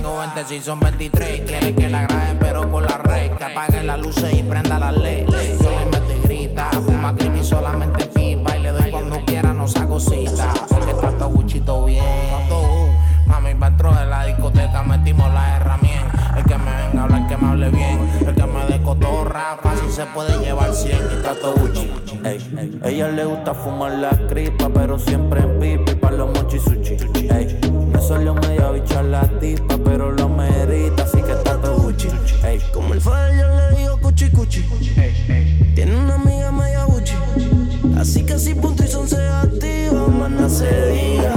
tengo 20 si son 23. Quiere que la grabe pero con la red. Que apague las luces y prenda la ley. Yo le meto y grita, fuma creepy solamente pipa. Y le doy cuando quiera, no saco cita. Porque trato Guchito bien. Mami, pa' dentro de la discoteca metimos las herramientas. El que me venga a hablar, que me hable bien. El que me dé cotorra, fácil se puede llevar 100. Y trato Gucci. Ey, ella le gusta fumar la cripa, pero siempre en pipi pa' los mochi sushi. Ey, me salió media bicha la tipa, pero lo merita, así que trato Gucci. Ey, como el Fader yo le digo cuchi cuchi. Tiene una amiga media Gucci, así que si punto y son se activa, mana se diga.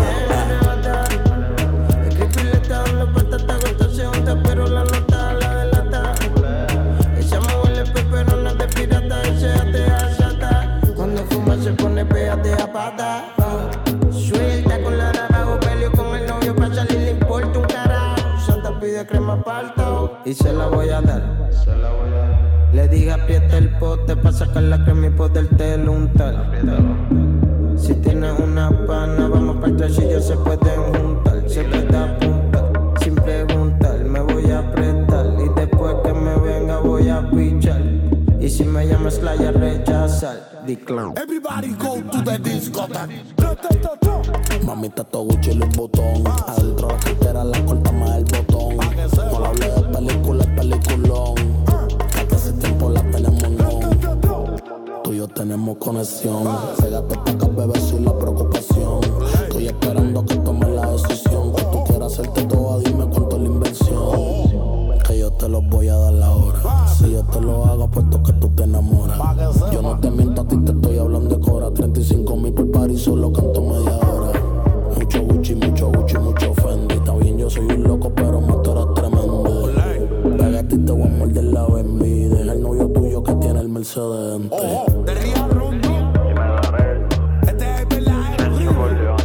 Pero la nota la delata. Ella me huele peperona de pirata. Ella te achata. Cuando fuma se pone pégate a pata. Suelta con la abajo, peleo con el novio. Pa' salir le importa un carajo. Santa pide crema palto y se la voy a dar. Le dije aprieta el pote pa' sacar la crema y podértelo untar. Si tienes una pana, vamos pa' el trash y ya se pueden juntar. Se puede apuntar sin preguntar. Me voy a apretar y después que me venga voy a pichar. Y si me llamas la ya rechazar. Decline. Everybody go to the discotheque. Mamita todo Gucci y Louis Vuitton. Adentro la cartera la corta más el botón. No la hablé de película, es peliculón. Que hace tiempo la tenemos no. Tú y yo tenemos conexión. Pégate pa' acá, bebé, sin la preocupación. Estoy esperando que tomes la decisión. Que tú quieras hacerte todo, dime cuánto es la inversión. Que yo te lo voy a dar la hora. Si yo te lo hago, puesto que tú te enamoras. Yo no te miento, a ti te estoy hablando de cora. 35,000 por par y solo canto media hora. Mucho Gucci, mucho Fendi. Está bien, yo soy un loco, pero me tú eres tremendo. Pégate y te voy a morder la Bambi. Deja el novio tuyo que tiene el Mercedes. De Río Rondo. Este es el verdadero Río.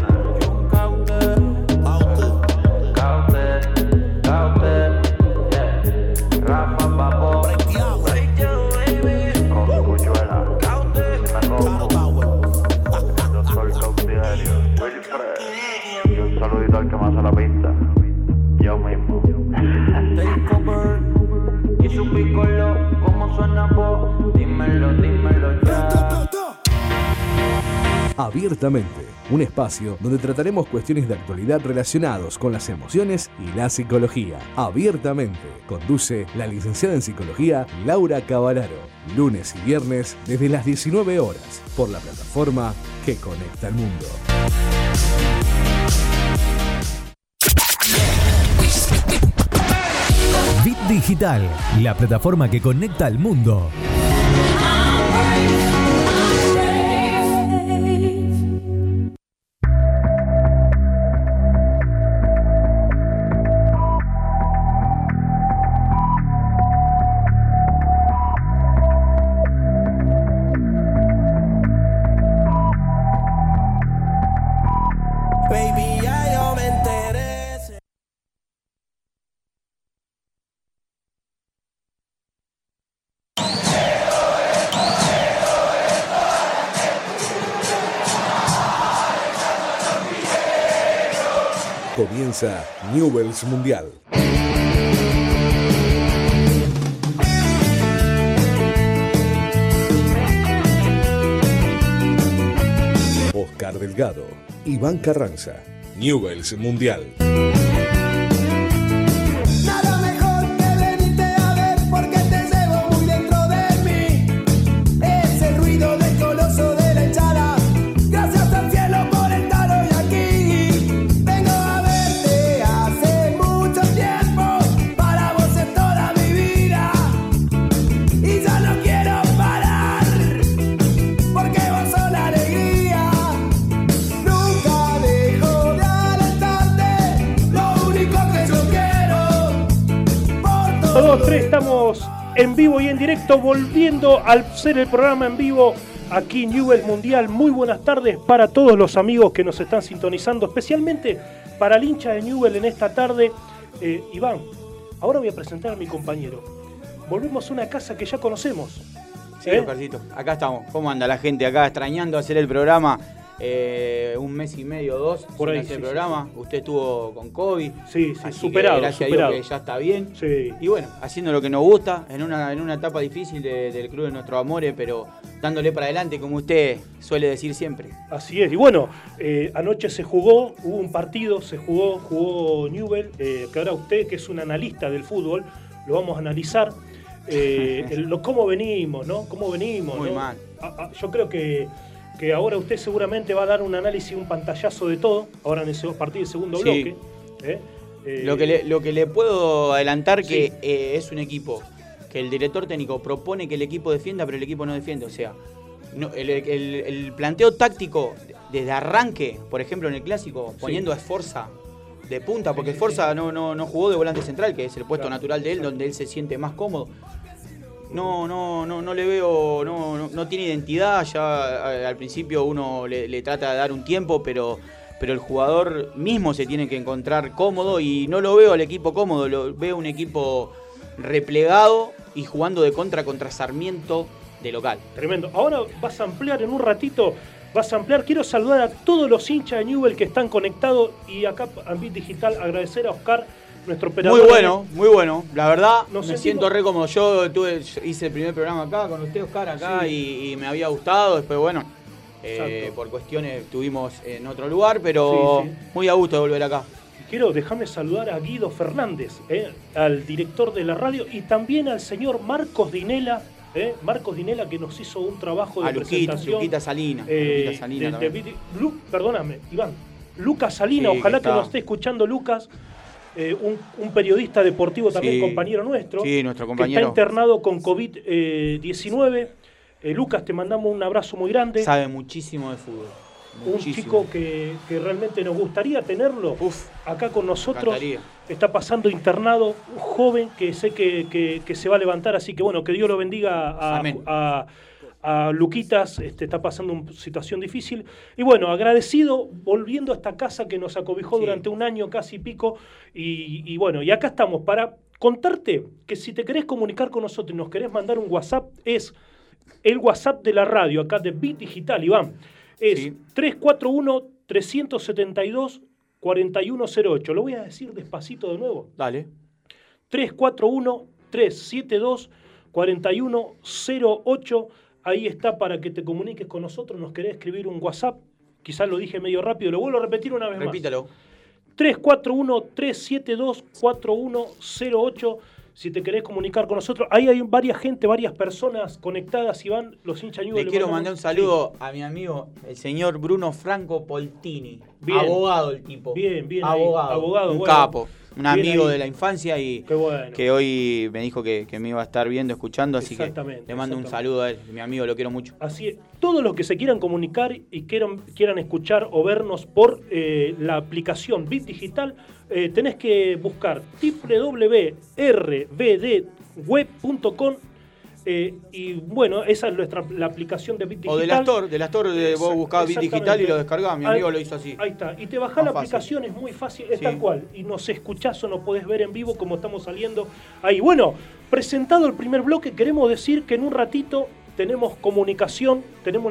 Rafa Babo. Y un saludito al que me hace la pista. Yo mismo. Y su piccolo, ¿cómo suena vos? Dímelo ya. Abiertamente, un espacio donde trataremos cuestiones de actualidad relacionados con las emociones y la psicología. Abiertamente, conduce la licenciada en psicología Laura Cavalaro. Lunes y viernes desde las 19 horas por la plataforma que conecta al mundo. Bit Digital, la plataforma que conecta al mundo. Baby, ya yo me enteré. Comienza Newell's Mundial. Oscar Delgado, Iván Carranza, Newell's Mundial. Nada mejor que venirte a ver porque te llevo muy dentro de mí. Es el ruido del coloso de la hinchada. Gracias al cielo por estar hoy aquí. Vengo a verte hace mucho tiempo. Para vos es toda mi vida. Y ya no quiero parar. Porque vos sos la alegría. Nunca dejo de alentarte. Lo único que yo quiero. Todos tres estamos en vivo y en directo, volviendo a hacer el programa en vivo aquí en Newell's Mundial. Muy buenas tardes para todos los amigos que nos están sintonizando, especialmente para el hincha de Newell's en esta tarde. Iván, ahora voy a presentar a mi compañero. Volvemos a una casa que ya conocemos. Sí, Oscarcito, acá estamos. ¿Cómo anda la gente acá extrañando hacer el programa? un mes y medio, 2, por ahí, sin hacer sí, programa. sí. Usted estuvo con COVID. Sí, así superado. que gracias superado. a Dios que ya está bien. Sí. Y bueno, haciendo lo que nos gusta, en una etapa difícil del club de nuestros amores, pero dándole para adelante, como usted suele decir siempre. Así es. Y bueno, anoche se jugó, hubo un partido, jugó Newell, que ahora usted, que es un analista del fútbol, lo vamos a analizar. Cómo venimos, ¿no? Cómo venimos, Muy ¿no? mal. Yo creo que ahora usted seguramente va a dar un análisis, un pantallazo de todo, ahora en ese partido del segundo Sí. bloque. Lo que le puedo adelantar Sí. que es un equipo que el director técnico propone que el equipo defienda, pero el equipo no defiende. O sea, el planteo táctico desde arranque, por ejemplo en el clásico, poniendo a Esforza de punta, porque Esforza no jugó de volante central, que es el puesto natural de él, donde él se siente más cómodo. No le veo, no tiene identidad. Ya al principio uno le trata de dar un tiempo, pero el jugador mismo se tiene que encontrar cómodo y no lo veo al equipo cómodo, lo veo un equipo replegado y jugando de contra Sarmiento de local. Tremendo. Ahora vas a ampliar en un ratito, quiero saludar a todos los hinchas de Newell que están conectados y acá en Bit Digital agradecer a Oscar, nuestro operador. Muy bueno. La verdad, Nos me sentimos... siento re cómodo. Yo hice el primer programa acá con usted, Oscar, acá, sí. y me había gustado. Después, bueno, por cuestiones estuvimos en otro lugar, pero sí. muy a gusto de volver acá. Déjame saludar a Guido Fernández, al director de la radio, y también al señor Marcos Dinela, Marcos Dinela, que nos hizo un trabajo de presentación. Luquita Salina. Perdóname, Iván. Lucas Salina, Sí, ojalá que nos esté escuchando Lucas. Un periodista deportivo también, Sí. compañero nuestro. Sí, nuestro que compañero. está internado con COVID-19. Lucas, te mandamos un abrazo muy grande. Sabe muchísimo de fútbol. Un chico que realmente nos gustaría tenerlo acá con nosotros. Está pasando internado, un joven que sé que se va a levantar, así que bueno, que Dios lo bendiga a Luquitas, está pasando una situación difícil. Y bueno, agradecido, volviendo a esta casa que nos acobijó durante un año casi y pico. Y bueno, y acá estamos para contarte que si te querés comunicar con nosotros y nos querés mandar un WhatsApp, es el WhatsApp de la radio, acá de Bit Digital, Iván. Es 341-372-4108. Lo voy a decir despacito de nuevo. Dale. 341-372-4108. Ahí está para que te comuniques con nosotros. Nos querés escribir un WhatsApp. Quizás lo dije medio rápido. Lo vuelvo a repetir una vez Repítalo. más. 341-372-4108. Si te querés comunicar con nosotros, ahí hay varias personas conectadas, Iván, los hinchas Newell. Le quiero mandar un saludo a mi amigo, el señor Bruno Franco Poltini. Bien. Abogado el tipo. Bien. Abogado, un bueno. capo. Un amigo ahí. de la infancia y Qué bueno. que hoy me dijo que me iba a estar viendo, escuchando, así que le mando un exactamente. saludo a él, mi amigo, lo quiero mucho. Así es. Todos los que se quieran comunicar y quieran escuchar o vernos por la aplicación Bit Digital, tenés que buscar www.rbdweb.com y bueno, esa es la aplicación de Bit Digital. O de la Store vos buscás Bit Digital y lo descargás, mi amigo lo hizo así. Ahí está, y te bajás la Más fácil. aplicación, es muy fácil, es Sí. tal cual, y nos escuchás o nos podés ver en vivo como estamos saliendo ahí. Bueno, presentado el primer bloque, queremos decir que en un ratito tenemos una comunicación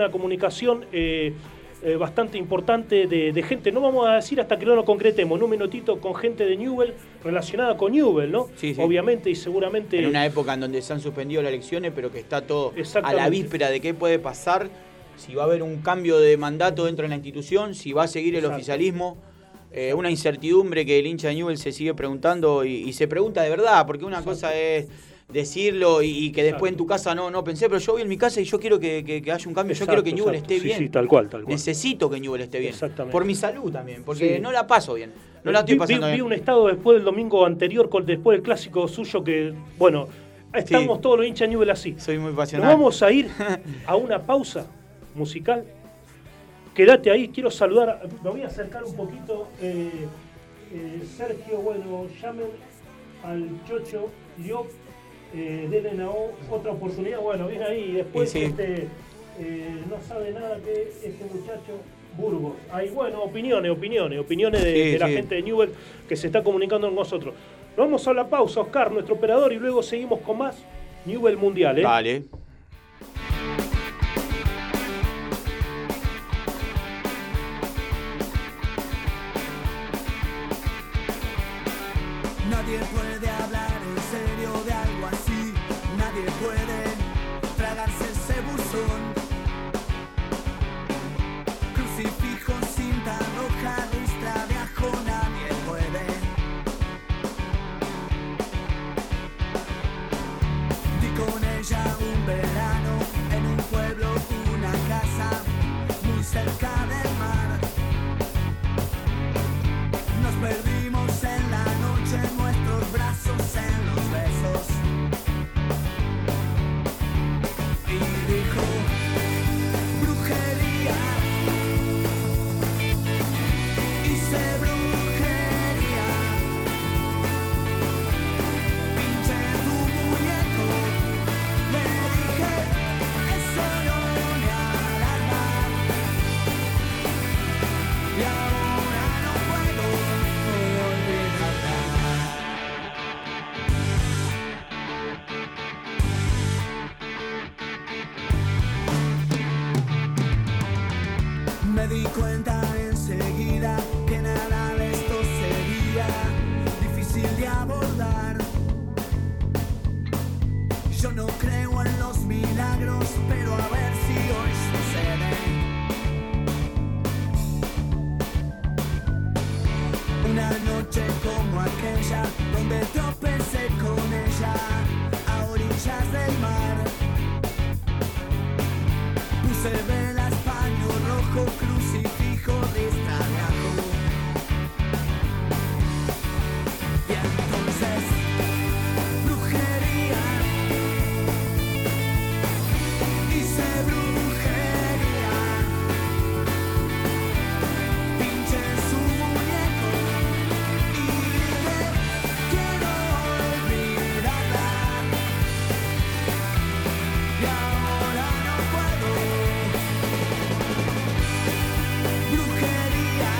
bastante importante de gente, no vamos a decir hasta que no lo concretemos, en un minutito, con gente de Newell, relacionada con Newell, ¿no? Sí. Obviamente y seguramente... En una época en donde se han suspendido las elecciones, pero que está todo a la Exactamente. víspera de qué puede pasar, si va a haber un cambio de mandato dentro de la institución, si va a seguir el oficialismo. Una incertidumbre que el hincha de Newell se sigue preguntando y se pregunta de verdad, porque una cosa es decirlo y que después en tu casa no pensé, pero yo voy en mi casa y yo quiero que haya un cambio, yo quiero que Newell esté bien. Sí, tal cual. Necesito que Newell esté bien. Exactamente. Por mi salud también, porque Sí. no la paso bien. No la estoy pasando vi bien. un estado después del domingo anterior, después del clásico suyo, que, bueno, estamos todos los hinchas de Newell así. Soy muy Nos pasional. vamos a ir a una pausa musical. Quédate ahí, quiero saludar, me voy a acercar un poquito. Sergio, bueno, llamen al Chocho Liop, denle otra oportunidad. Bueno, viene ahí, después Sí. no sabe nada que este muchacho Burgos. Hay, bueno, opiniones de la Sí. gente de Newell que se está comunicando con nosotros. Nos vamos a la pausa, Oscar, nuestro operador, y luego seguimos con más Newell Mundial. Dale. puede hablar en serio de algo así, nadie puede tragarse ese buzón. Crucifijo, cinta roja, ristra de ajo, nadie puede. Di con ella un verano en un pueblo, una casa muy cerca del mar. Nos perdimos en la noche, nuestros brazos en los besos. Y dijo, brujería, hice brujería, pinché tu muñeco, le dije, eso no me alarma, y ahora no puedo olvidarla. Me di cuenta enseguida que nada de esto sería difícil de abordar. Yo no creo en los milagros, pero a ver si hoy sucede. Una noche como aquella, donde tropecé con ella a orillas del mar. Puse velas, paño rojo, crucifijo, ristra de ajo. Y entonces, brujería, hice brujería, pinché su muñeco y dije, quiero olvidarla. Y ahora no puedo. Brujería,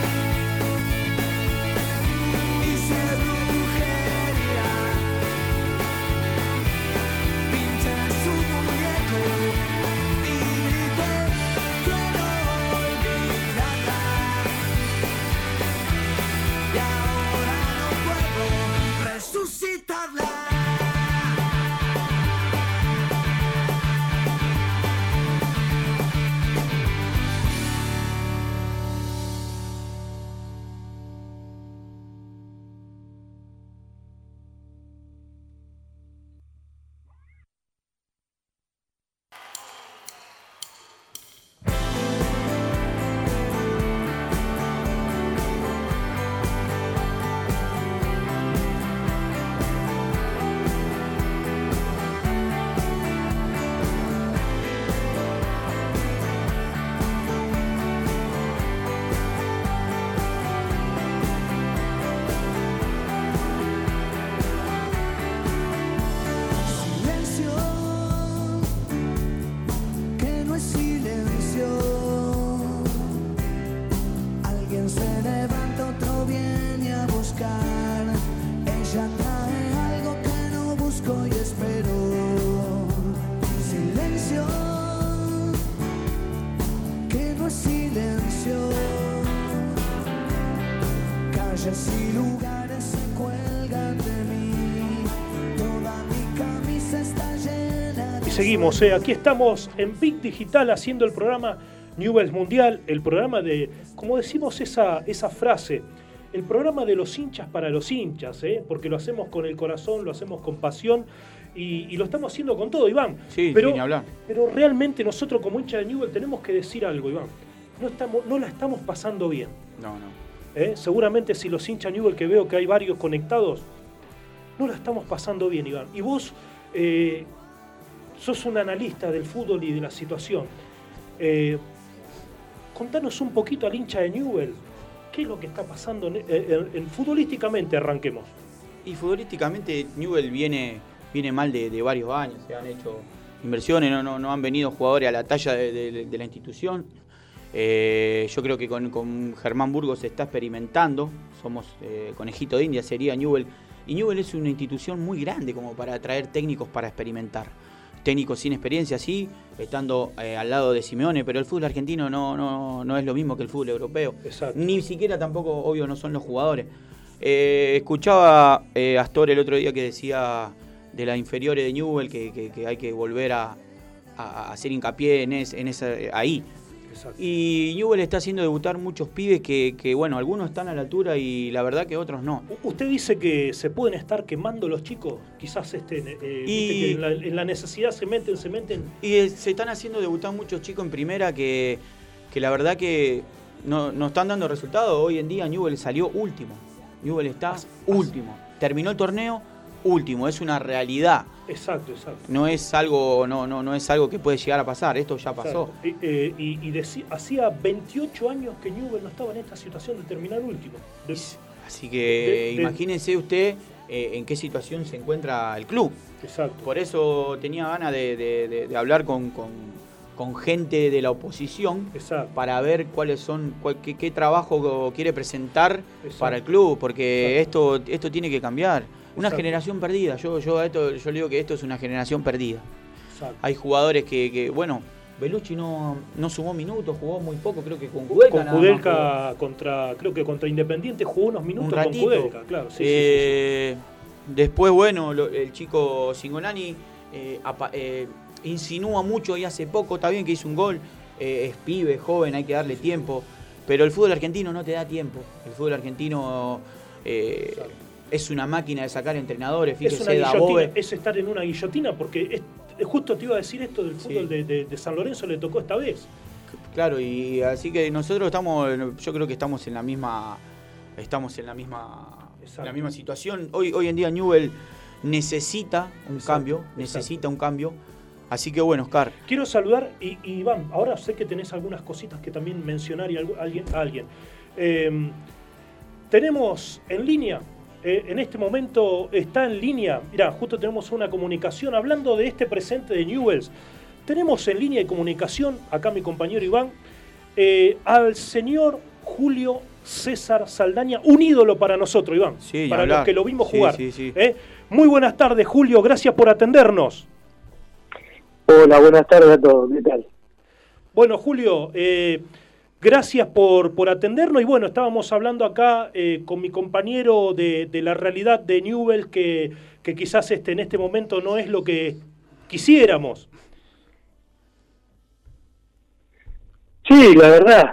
hice brujería, pinché su muñeco y grité, quiero olvidarla. Y ahora no puedo resucitarla. Silencio, que no es silencio. Alguien se levanta, otro viene a buscar. Ella trae algo que no busco y espero. Silencio, que no es silencio. Calles y lugares se cuelgan de mí. Toda mi camisa está llena de Y seguimos, aquí estamos en Big Digital haciendo el programa Newell's Mundial, el programa de, como decimos esa frase, el programa de los hinchas para los hinchas, porque lo hacemos con el corazón, lo hacemos con pasión y lo estamos haciendo con todo, Iván. Sí, pero, sin hablar. Pero realmente nosotros como hinchas de Newell tenemos que decir algo, Iván. No la estamos pasando bien. No. Seguramente si los hinchas Newell, que veo que hay varios conectados, no la estamos pasando bien, Iván. Y vos sos un analista del fútbol y de la situación. Contanos un poquito al hincha de Newell, ¿qué es lo que está pasando futbolísticamente? Arranquemos. Y futbolísticamente Newell viene mal de varios años, se han hecho inversiones, no han venido jugadores a la talla de la institución. Yo creo que con Germán Burgos se está experimentando, somos conejito de India, sería Newell. Y Newell es una institución muy grande como para atraer técnicos para experimentar. Técnicos sin experiencia, sí, estando al lado de Simeone, pero el fútbol argentino no es lo mismo que el fútbol europeo. Exacto. Ni siquiera tampoco, obvio, no son los jugadores. Escuchaba Astor el otro día que decía de las inferiores de Newell que hay que volver a hacer hincapié en esa ahí. Exacto. Y Newell está haciendo debutar muchos pibes que, bueno, algunos están a la altura y la verdad que otros no. ¿Usted dice que se pueden estar quemando los chicos? Quizás viste que en la necesidad se meten. Y se están haciendo debutar muchos chicos en primera que la verdad que no están dando resultados. Hoy en día Newell salió último. Newell está último. Terminó el torneo último. Es una realidad. Exacto. No es algo, no es algo que puede llegar a pasar. Esto ya pasó. Hacía 28 años que Newell no estaba en esta situación de terminar último. Así que imagínense usted en qué situación se encuentra el club. Exacto. Por eso tenía ganas de hablar con gente de la oposición. Exacto. Para ver cuáles son qué trabajo quiere presentar. Exacto. Para el club, porque esto tiene que cambiar. Una Exacto. generación perdida. Yo le digo que esto es una generación perdida. Exacto. Hay jugadores que bueno, Bellucci no sumó minutos, jugó muy poco, creo que con Kudelka. Con Kudelka contra Independiente jugó unos minutos un ratito. con Kudelka, claro. Sí. Después, bueno, el chico Cingonani insinúa mucho y hace poco, está bien que hizo un gol, es pibe, joven, hay que darle tiempo, pero el fútbol argentino no te da tiempo. El fútbol argentino es una máquina de sacar entrenadores, fíjese, es estar en una guillotina, porque justo te iba a decir esto del fútbol de San Lorenzo le tocó esta vez. Claro, y así que nosotros yo creo que estamos en la misma situación. Hoy en día Newell necesita un cambio. Así que bueno, Oscar. Quiero saludar, y Iván, ahora sé que tenés algunas cositas que también mencionar y a alguien. Tenemos en línea, en este momento está en línea, mirá, justo tenemos una comunicación, hablando de este presente de Newell's, tenemos en línea de comunicación, acá mi compañero Iván, al señor Julio César Saldaña, un ídolo para nosotros, Iván, sí, para los que lo vimos jugar. Sí. Muy buenas tardes, Julio, gracias por atendernos. Hola, buenas tardes a todos, ¿qué tal? Bueno, Julio, gracias por atendernos y bueno, estábamos hablando acá con mi compañero de la realidad de Newell que quizás en este momento no es lo que quisiéramos. Sí, la verdad,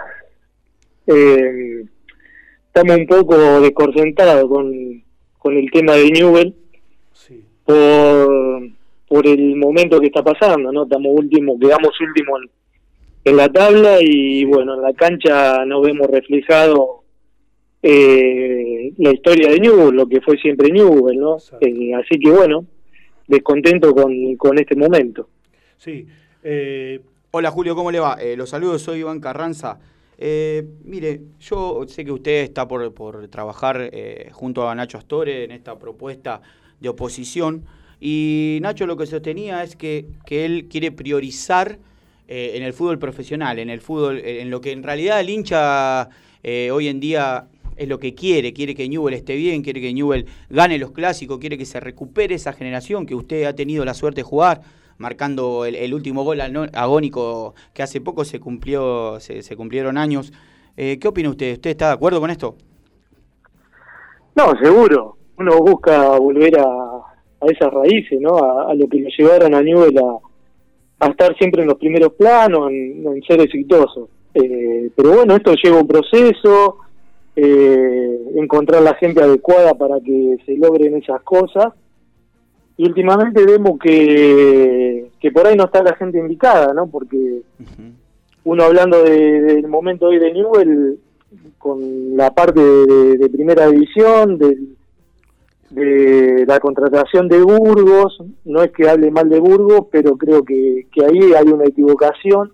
estamos un poco desconcentrados con el tema de Newell, sí, por el momento que está pasando, ¿no? Quedamos último en la tabla y bueno, en la cancha nos vemos reflejado la historia de Newell, lo que fue siempre Newell, ¿no? Así que bueno, descontento con este momento. Sí. Hola Julio, ¿cómo le va? Los saludos, soy Iván Carranza. Mire, yo sé que usted está por trabajar junto a Nacho Astore en esta propuesta de oposición y Nacho lo que sostenía es que él quiere priorizar en el fútbol profesional, en el fútbol, en lo que en realidad el hincha hoy en día es lo que quiere que Newell esté bien, quiere que Newell gane los clásicos, quiere que se recupere esa generación que usted ha tenido la suerte de jugar, marcando el último gol agónico que hace poco se cumplieron años. ¿Qué opina usted? ¿Usted está de acuerdo con esto? No, seguro. Uno busca volver a esas raíces, ¿no? A lo que lo llevaron a Newell a estar siempre en los primeros planos, en ser exitoso. Pero bueno, esto lleva un proceso, encontrar la gente adecuada para que se logren esas cosas. Y últimamente vemos que por ahí no está la gente indicada, ¿no? Porque uno hablando del momento hoy de Newell, con la parte de primera división, de la contratación de Burgos, no es que hable mal de Burgos, pero creo que ahí hay una equivocación,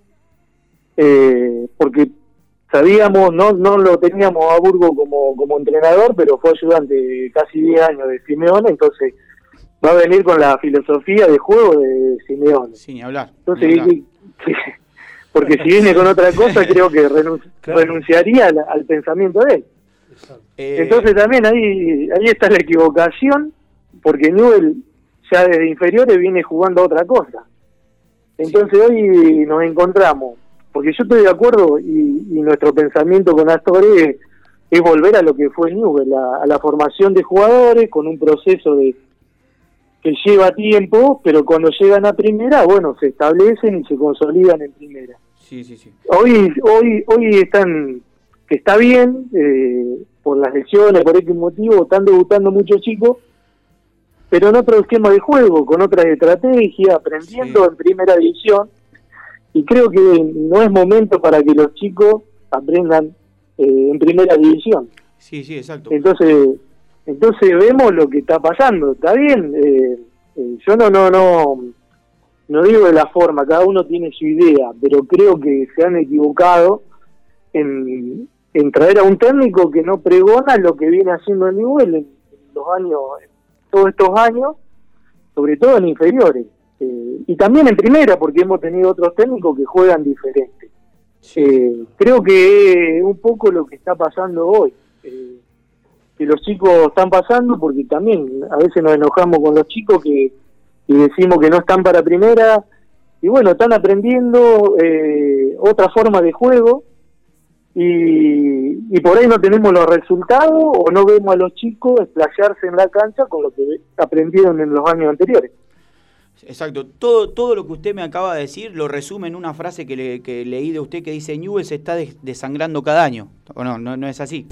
porque sabíamos, no lo teníamos a Burgos como entrenador, pero fue ayudante casi 10 años de Simeone, entonces va a venir con la filosofía de juego de Simeone. Sí, ni hablar. Entonces, ni hablar. Porque si viene con otra cosa, creo que renunciaría al pensamiento de él. Entonces también ahí está la equivocación, porque Newell ya desde inferiores viene jugando otra cosa. Entonces hoy nos encontramos, porque yo estoy de acuerdo y nuestro pensamiento con Astore es volver a lo que fue Newell's, a la formación de jugadores con un proceso que lleva tiempo, pero cuando llegan a primera, bueno, se establecen y se consolidan en primera. Sí, sí, sí. Hoy están, que está bien, por las lesiones, por X motivo, están debutando muchos chicos, pero en otro esquema de juego, con otras estrategias, aprendiendo en primera división, y creo que no es momento para que los chicos aprendan en primera división. Sí, sí, exacto. Entonces vemos lo que está pasando, está bien, yo no digo de la forma, cada uno tiene su idea, pero creo que se han equivocado en traer a un técnico que no pregona lo que viene haciendo en Newell's en los años, todos estos años, sobre todo en inferiores, y también en primera, porque hemos tenido otros técnicos que juegan diferente. Creo que es un poco lo que está pasando hoy, que los chicos están pasando, porque también a veces nos enojamos con los chicos y decimos que no están para primera, y bueno, están aprendiendo otra forma de juego, y por ahí no tenemos los resultados, o no vemos a los chicos explayarse en la cancha con lo que aprendieron en los años anteriores. Exacto, todo lo que usted me acaba de decir lo resume en una frase que leí de usted que dice: Newell's se está desangrando cada año. ¿O no es así?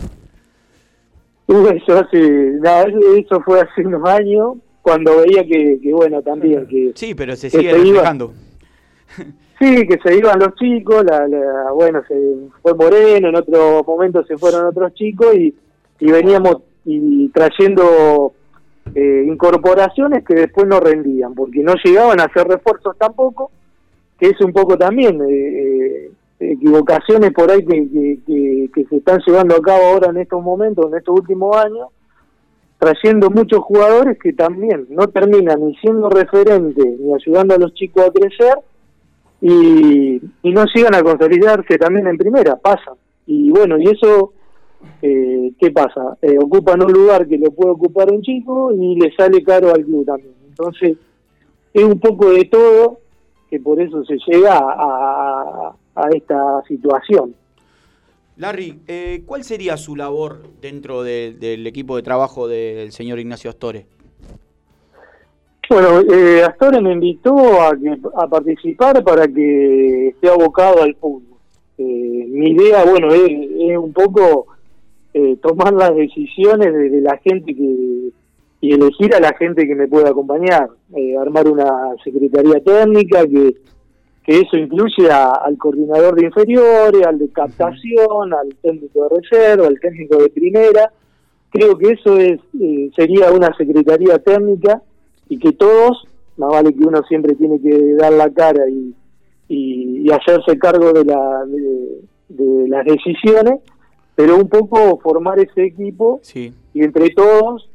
Eso fue hace unos años, cuando veía que bueno, también que... Sí, pero se sigue reflejando. Sí, que se iban los chicos, bueno, se fue Moreno, en otro momento se fueron otros chicos, y veníamos trayendo incorporaciones que después no rendían, porque no llegaban a hacer refuerzos tampoco, que es un poco también equivocaciones por ahí que se están llevando a cabo ahora en estos momentos, en estos últimos años, trayendo muchos jugadores que también no terminan ni siendo referentes ni ayudando a los chicos a crecer, y no llegan a consolidarse también en primera, pasan. Y bueno, y eso, ¿qué pasa? Ocupan un lugar que lo puede ocupar un chico y le sale caro al club también. Entonces, es un poco de todo, que por eso se llega a esta situación. Larry, ¿cuál sería su labor dentro del equipo de trabajo del señor Ignacio Astore? Bueno, Astore me invitó a participar para que esté abocado al fútbol. Mi idea, bueno, es un poco tomar las decisiones de la gente y elegir a la gente que me pueda acompañar, armar una secretaría técnica que eso incluye al coordinador de inferiores, al de captación, al técnico de reserva, al técnico de primera. Creo que eso sería una secretaría técnica, y que todos, más vale que uno siempre tiene que dar la cara y hacerse cargo de las decisiones, pero un poco formar ese equipo, sí, y entre todos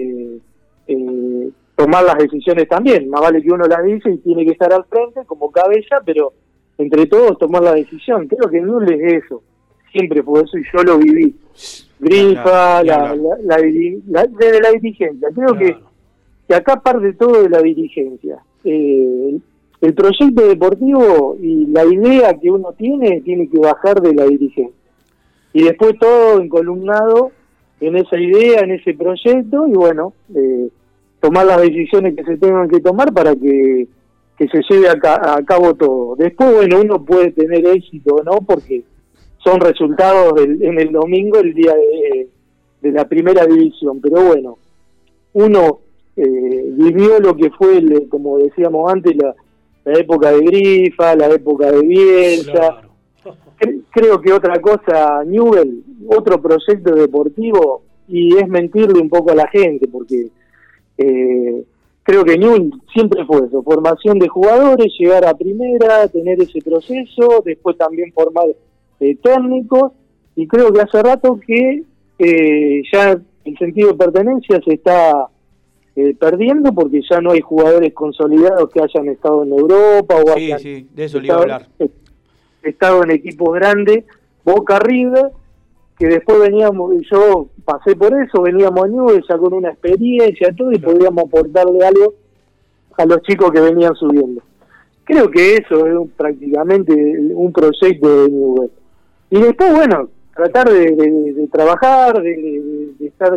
tomar las decisiones también. Más vale que uno las dice y tiene que estar al frente como cabeza, pero entre todos tomar la decisión. Creo que no es eso, siempre fue eso, y yo lo viví. Grifa, desde la dirigencia. Creo que acá parte todo de la dirigencia. El proyecto deportivo y la idea que uno tiene que bajar de la dirigencia. Y después todo encolumnado en esa idea, en ese proyecto, y bueno, tomar las decisiones que se tengan que tomar para que se lleve a cabo todo. Después, bueno, uno puede tener éxito o no, porque son resultados en el domingo, el día de la primera división. Pero bueno, uno vivió lo que fue, como decíamos antes, la época de Grifa, la época de Bielsa. Claro. Creo que otra cosa, Newell's, otro proyecto deportivo, y es mentirle un poco a la gente, porque creo que Newell's siempre fue eso: formación de jugadores, llegar a primera, tener ese proceso, después también formar técnicos, y creo que hace rato que ya el sentido de pertenencia se está perdiendo, porque ya no hay jugadores consolidados que hayan estado en Europa o hayan de eso le iba a hablar. Estado en equipos grandes, Boca, River, que después veníamos, yo pasé por eso, veníamos a Newell's ya con una experiencia, todo, y podíamos aportarle algo a los chicos que venían subiendo. Creo que eso es prácticamente un proyecto de Newell's. Y después, bueno, tratar de trabajar, de estar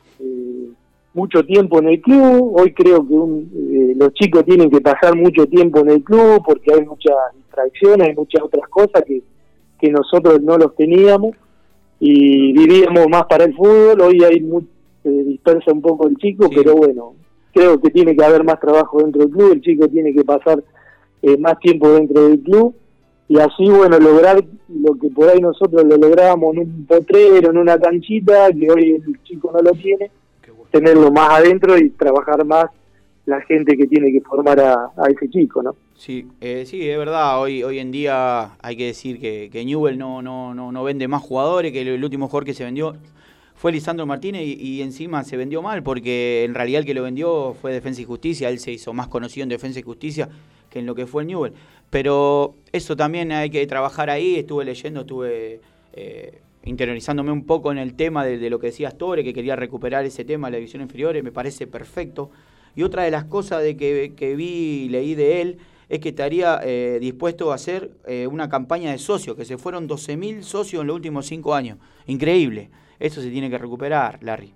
mucho tiempo en el club. Hoy creo que los chicos tienen que pasar mucho tiempo en el club porque hay muchas distracciones, hay muchas otras cosas que nosotros no los teníamos y vivíamos más para el fútbol. Hoy hay se dispersa un poco el chico, sí. Pero bueno, creo que tiene que haber más trabajo dentro del club, el chico tiene que pasar más tiempo dentro del club y así, bueno, lograr lo que por ahí nosotros lo lográbamos en un potrero, en una canchita, que hoy el chico no lo tiene, tenerlo más adentro y trabajar más la gente que tiene que formar a ese chico, ¿no? Sí, sí, es verdad. Hoy en día hay que decir que Newell's no vende más jugadores, que el último jugador que se vendió fue Lisandro Martínez y encima se vendió mal porque en realidad el que lo vendió fue Defensa y Justicia. Él se hizo más conocido en Defensa y Justicia que en lo que fue el Newell's. Pero eso también hay que trabajar ahí. Estuve leyendo, interiorizándome un poco en el tema de lo que decía Astore, que quería recuperar ese tema de la división inferior, me parece perfecto. Y otra de las cosas que vi y leí de él es que estaría dispuesto a hacer una campaña de socios, que se fueron 12.000 socios en los últimos 5 años. Increíble. Eso se tiene que recuperar, Larry.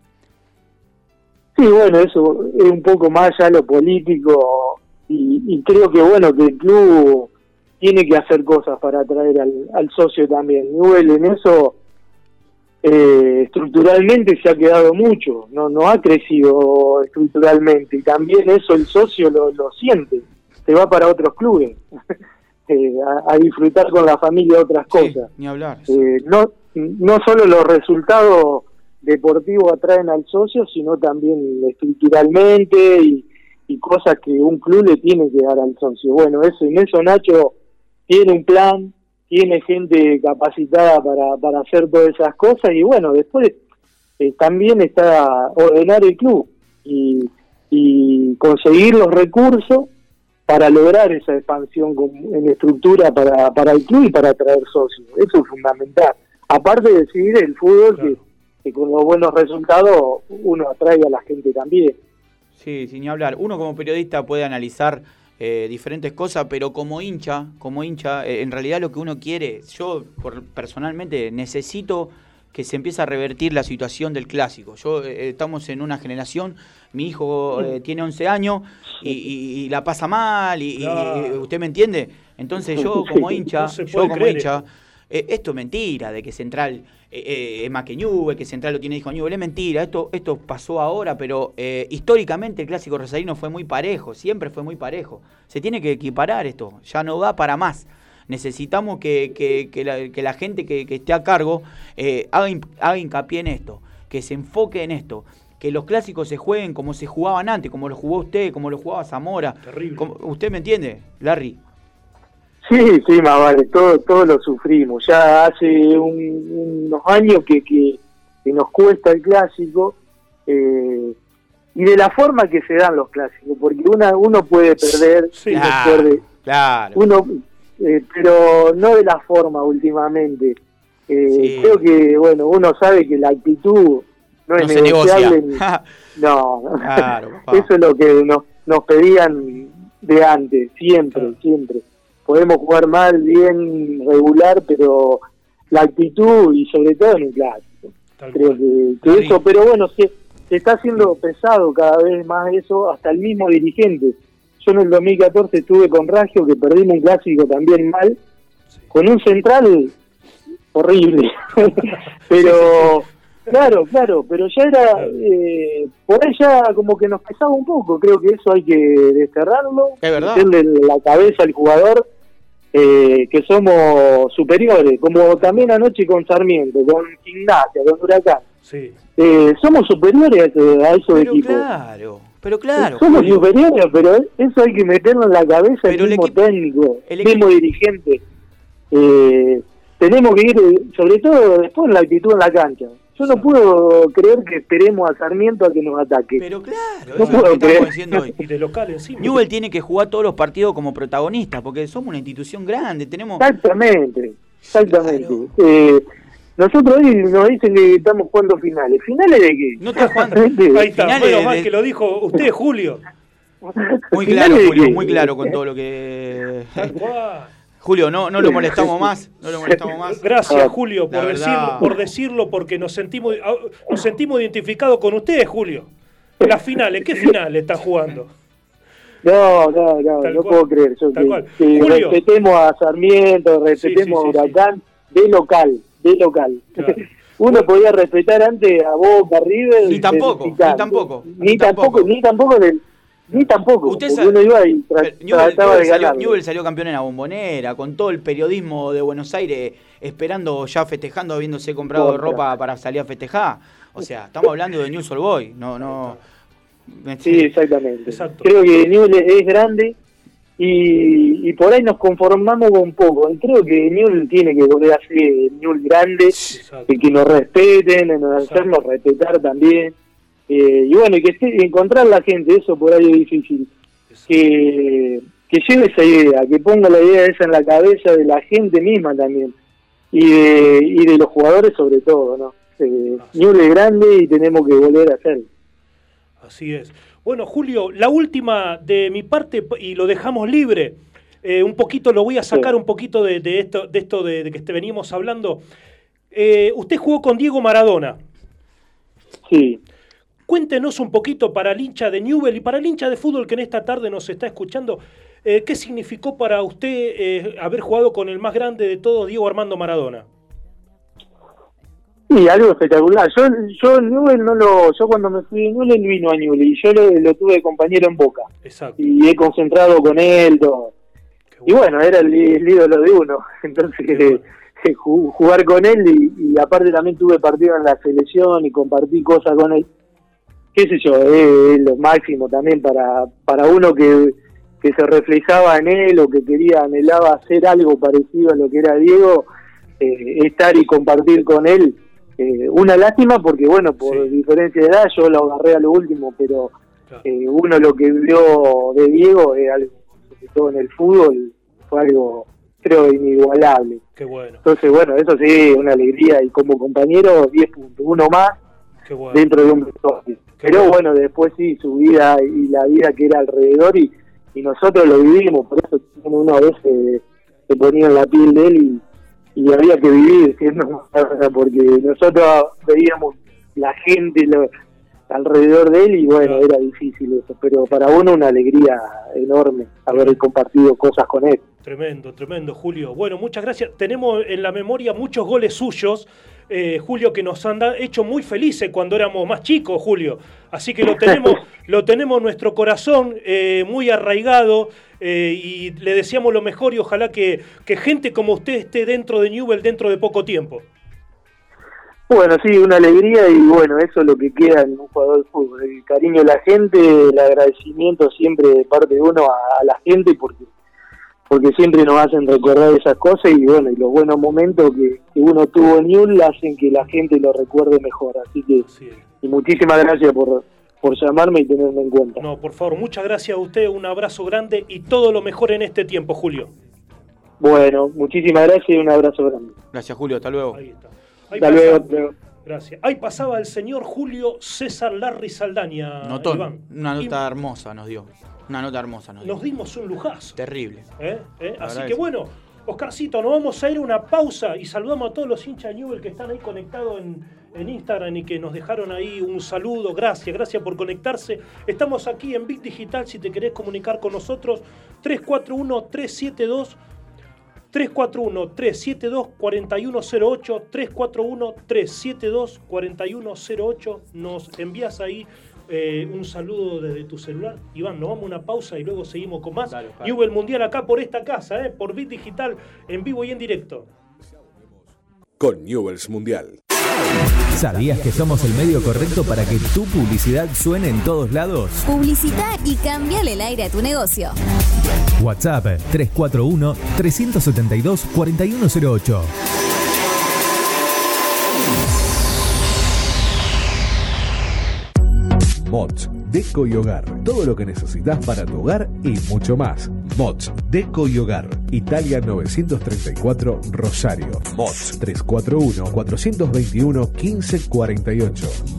Sí, bueno, eso es un poco más ya lo político y creo que bueno que el club tiene que hacer cosas para atraer al socio también. Newell's en eso estructuralmente se ha quedado mucho, no ha crecido estructuralmente y también eso el socio lo siente, se va para otros clubes a disfrutar con la familia otras cosas. Ni hablar. No solo los resultados deportivos atraen al socio, sino también estructuralmente y cosas que un club le tiene que dar al socio. Bueno, en eso Nacho tiene un plan, tiene gente capacitada para hacer todas esas cosas y bueno, después también está ordenar el club y conseguir los recursos para lograr esa expansión en estructura para el club y para atraer socios. Eso es fundamental. Aparte de decidir el fútbol, claro, que con los buenos resultados uno atrae a la gente también. Sí, sin ni hablar. Uno como periodista puede analizar diferentes cosas, pero como hincha, en realidad lo que uno quiere, yo personalmente necesito que se empiece a revertir la situación del clásico. Estamos en una generación, mi hijo tiene 11 años y la pasa mal, y ¿usted me entiende? Entonces yo como hincha, esto es mentira, de que Central es más que Newell's, que Central lo tiene hijo Newell's, es mentira, esto pasó ahora, pero históricamente el clásico rosarino fue muy parejo, siempre fue muy parejo. Se tiene que equiparar esto, ya no da para más. Necesitamos que la gente que esté a cargo haga hincapié en esto, que se enfoque en esto, que los clásicos se jueguen como se jugaban antes, como lo jugó usted, como lo jugaba Zamora. ¿Usted me entiende, Larry? Sí, más vale, todo lo sufrimos. Ya hace unos años que nos cuesta el clásico y de la forma que se dan los clásicos, porque uno puede perder, claro. Pero no de la forma últimamente. Creo que bueno, uno sabe que la actitud no es negociable. Claro, eso es lo que nos pedían de antes, siempre. Podemos jugar mal, bien, regular, pero la actitud y sobre todo en el clásico. Creo que eso, pero bueno, se está haciendo pesado cada vez más eso, hasta el mismo dirigente. Yo en el 2014 estuve con Raggio, que perdimos un clásico también mal, con un Central horrible. Pero claro, pero ya era, por ahí ya como que nos pesaba un poco. Creo que eso hay que desterrarlo, meterle la cabeza al jugador, que somos superiores, como también anoche con Sarmiento, con Gimnasia, con Huracán. Sí. Somos superiores a esos equipos. Pero claro. Somos superiores, pero eso hay que meterlo en la cabeza el mismo técnico, el mismo dirigente. Tenemos que ir, sobre todo después, en la actitud en la cancha. Yo no puedo creer que esperemos a Sarmiento a que nos ataque. Pero claro, no puedo creer. Y de local encima. Newell's tiene que jugar todos los partidos como protagonistas, porque somos una institución grande, tenemos... Exactamente. Claro. Nosotros hoy nos dicen que estamos jugando finales. ¿Finales de qué? No está jugando. Ahí está, menos mal que lo dijo usted, Julio. Muy claro, Julio, muy claro con todo lo que... Julio, no lo molestamos más. Gracias, Julio, por decirlo, porque nos sentimos identificados con ustedes, Julio. Las finales, ¿qué finales están jugando? No puedo creer. Julio, respetemos a Sarmiento, respetemos a Huracán de local. Claro. Uno podía respetar antes a Boca, River. Ni tampoco. Usted sabe, uno iba y trataba de ganar. Newell salió campeón en la Bombonera, con todo el periodismo de Buenos Aires esperando, ya festejando, habiéndose comprado ropa para salir a festejar. O sea, estamos hablando de Newell's Old Boys, no. Sí, exactamente. Exacto. Creo que Newell es grande y por ahí nos conformamos un poco. Creo que Newell tiene que volver a ser Newell grande, y que nos respeten, hacernos respetar también. Y bueno, que encontrar la gente, eso por ahí es difícil. Que lleve esa idea, que ponga la idea esa en la cabeza de la gente misma también. Y de los jugadores sobre todo, ¿no? Newell es grande y tenemos que volver a hacerlo. Así es. Bueno, Julio, la última de mi parte, y lo dejamos libre. Un poquito lo voy a sacar un poquito de esto de que veníamos hablando. Usted jugó con Diego Maradona. Sí. Cuéntenos un poquito para el hincha de Newell y para el hincha de fútbol que en esta tarde nos está escuchando, ¿qué significó para usted haber jugado con el más grande de todos, Diego Armando Maradona? Sí, algo espectacular. Yo Newell yo cuando me fui de Newell, él vino a Newell y yo lo tuve de compañero en Boca. Exacto. Y he concentrado con él, todo. Y bueno, era el ídolo de uno. Entonces, jugar con él y aparte también tuve partido en la selección y compartí cosas con él. Qué sé yo, es lo máximo también para uno que se reflejaba en él o que anhelaba hacer algo parecido a lo que era Diego, estar y compartir con él. Una lástima porque, bueno, por diferencia de edad, yo lo agarré a lo último, pero uno lo que vio de Diego es algo, sobre todo en el fútbol, fue algo, creo, inigualable. Qué bueno. Entonces, bueno, eso sí, una alegría, y como compañero, 10 puntos, uno más. Qué bueno. Dentro de un vestuario. Pero bueno, después sí, su vida y la vida que era alrededor, y nosotros lo vivimos, por eso uno a veces se ponía en la piel de él y había que vivir, porque nosotros veíamos la gente alrededor de él y bueno, era difícil eso, pero para uno una alegría enorme haber compartido cosas con él. Tremendo, Julio. Bueno, muchas gracias. Tenemos en la memoria muchos goles suyos, Julio, que nos han hecho muy felices cuando éramos más chicos, Julio. Así que lo tenemos en nuestro corazón muy arraigado, y le deseamos lo mejor y ojalá que gente como usted esté dentro de Newell dentro de poco tiempo. Bueno, sí, una alegría y bueno, eso es lo que queda en un jugador de fútbol. El cariño de la gente, el agradecimiento siempre de parte de uno a la gente porque siempre nos hacen recordar esas cosas y bueno, y los buenos momentos que uno tuvo en Newell hacen que la gente lo recuerde mejor. Así que, y muchísimas gracias por llamarme y tenerme en cuenta. No, por favor, muchas gracias a usted, un abrazo grande y todo lo mejor en este tiempo, Julio. Bueno, muchísimas gracias y un abrazo grande. Gracias, Julio, hasta luego. Ahí está. Hasta luego. Gracias. Ahí pasaba el señor Julio César Larry Saldaña. Iván. Una nota hermosa nos dio. Nos dimos un lujazo. Terrible. Así que bueno, Oscarcito, nos vamos a ir a una pausa y saludamos a todos los hinchas de Newell que están ahí conectados en Instagram y que nos dejaron ahí un saludo. Gracias por conectarse. Estamos aquí en Bit Digital, si te querés comunicar con nosotros, 341-372 341-372-4108, 341-372-4108. Nos envías ahí un saludo desde tu celular. Iván, nos vamos a una pausa y luego seguimos con más. Newell Mundial acá por esta casa, por Bit Digital, en vivo y en directo. Con Newell's Mundial. ¿Sabías que somos el medio correcto para que tu publicidad suene en todos lados? Publicita y cámbiale el aire a tu negocio. WhatsApp 341-372-4108. Mods, Deco y Hogar. Todo lo que necesitas para tu hogar y mucho más. Mods, Deco y Hogar. Italia 934, Rosario. Mods 341-421-1548.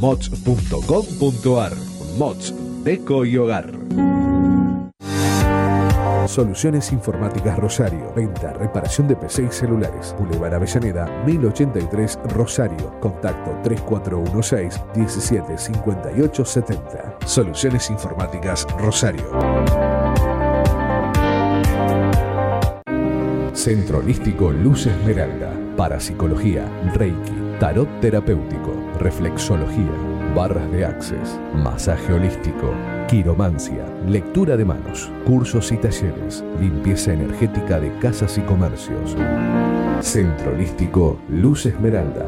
Mods.com.ar. Mods, Deco y Hogar. Soluciones Informáticas Rosario. Venta, reparación de PC y celulares. Boulevard Avellaneda, 1083 Rosario. Contacto 3416-175870. Soluciones Informáticas Rosario. Centro Holístico Luz Esmeralda. Parapsicología, Reiki, tarot terapéutico, reflexología, barras de access, masaje holístico, quiromancia, lectura de manos, cursos y talleres, limpieza energética de casas y comercios. Centro Holístico Luz Esmeralda,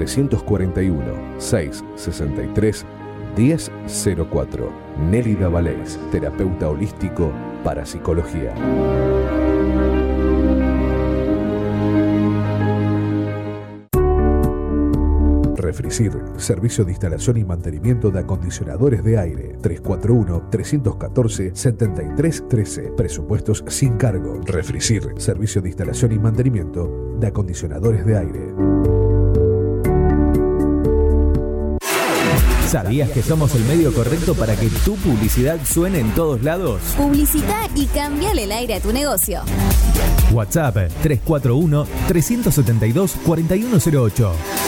341-663-1004. Nélida Valés, terapeuta holístico, parapsicología. Refricir, servicio de instalación y mantenimiento de acondicionadores de aire. 341-314-7313. Presupuestos sin cargo. Refricir, servicio de instalación y mantenimiento de acondicionadores de aire. ¿Sabías que somos el medio correcto para que tu publicidad suene en todos lados? Publicita y cámbiale el aire a tu negocio. WhatsApp 341-372-4108.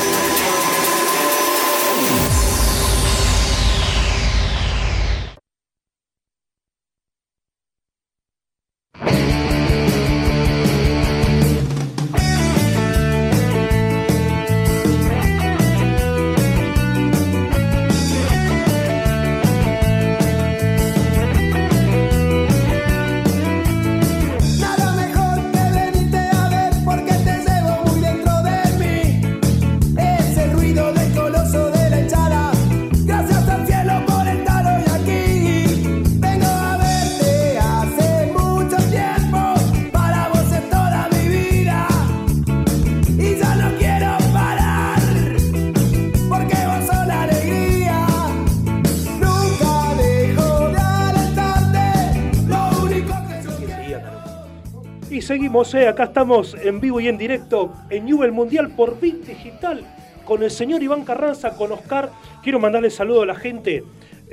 Nada mejor que venirte a ver porque te llevo muy dentro de mí. Es el ruido del coloso de la hinchada. Gracias al cielo por estar hoy aquí. Vengo a verte hace mucho tiempo. Para vos es toda mi vida. Y ya no quiero parar. Porque vos sos la alegría. Nunca dejo de alentarte. Lo único que yo quiero. Y seguimos, acá estamos en vivo y en directo en Newell Mundial por Bit Digital con el señor Iván Carranza, con Oscar. Quiero mandarle saludo a la gente.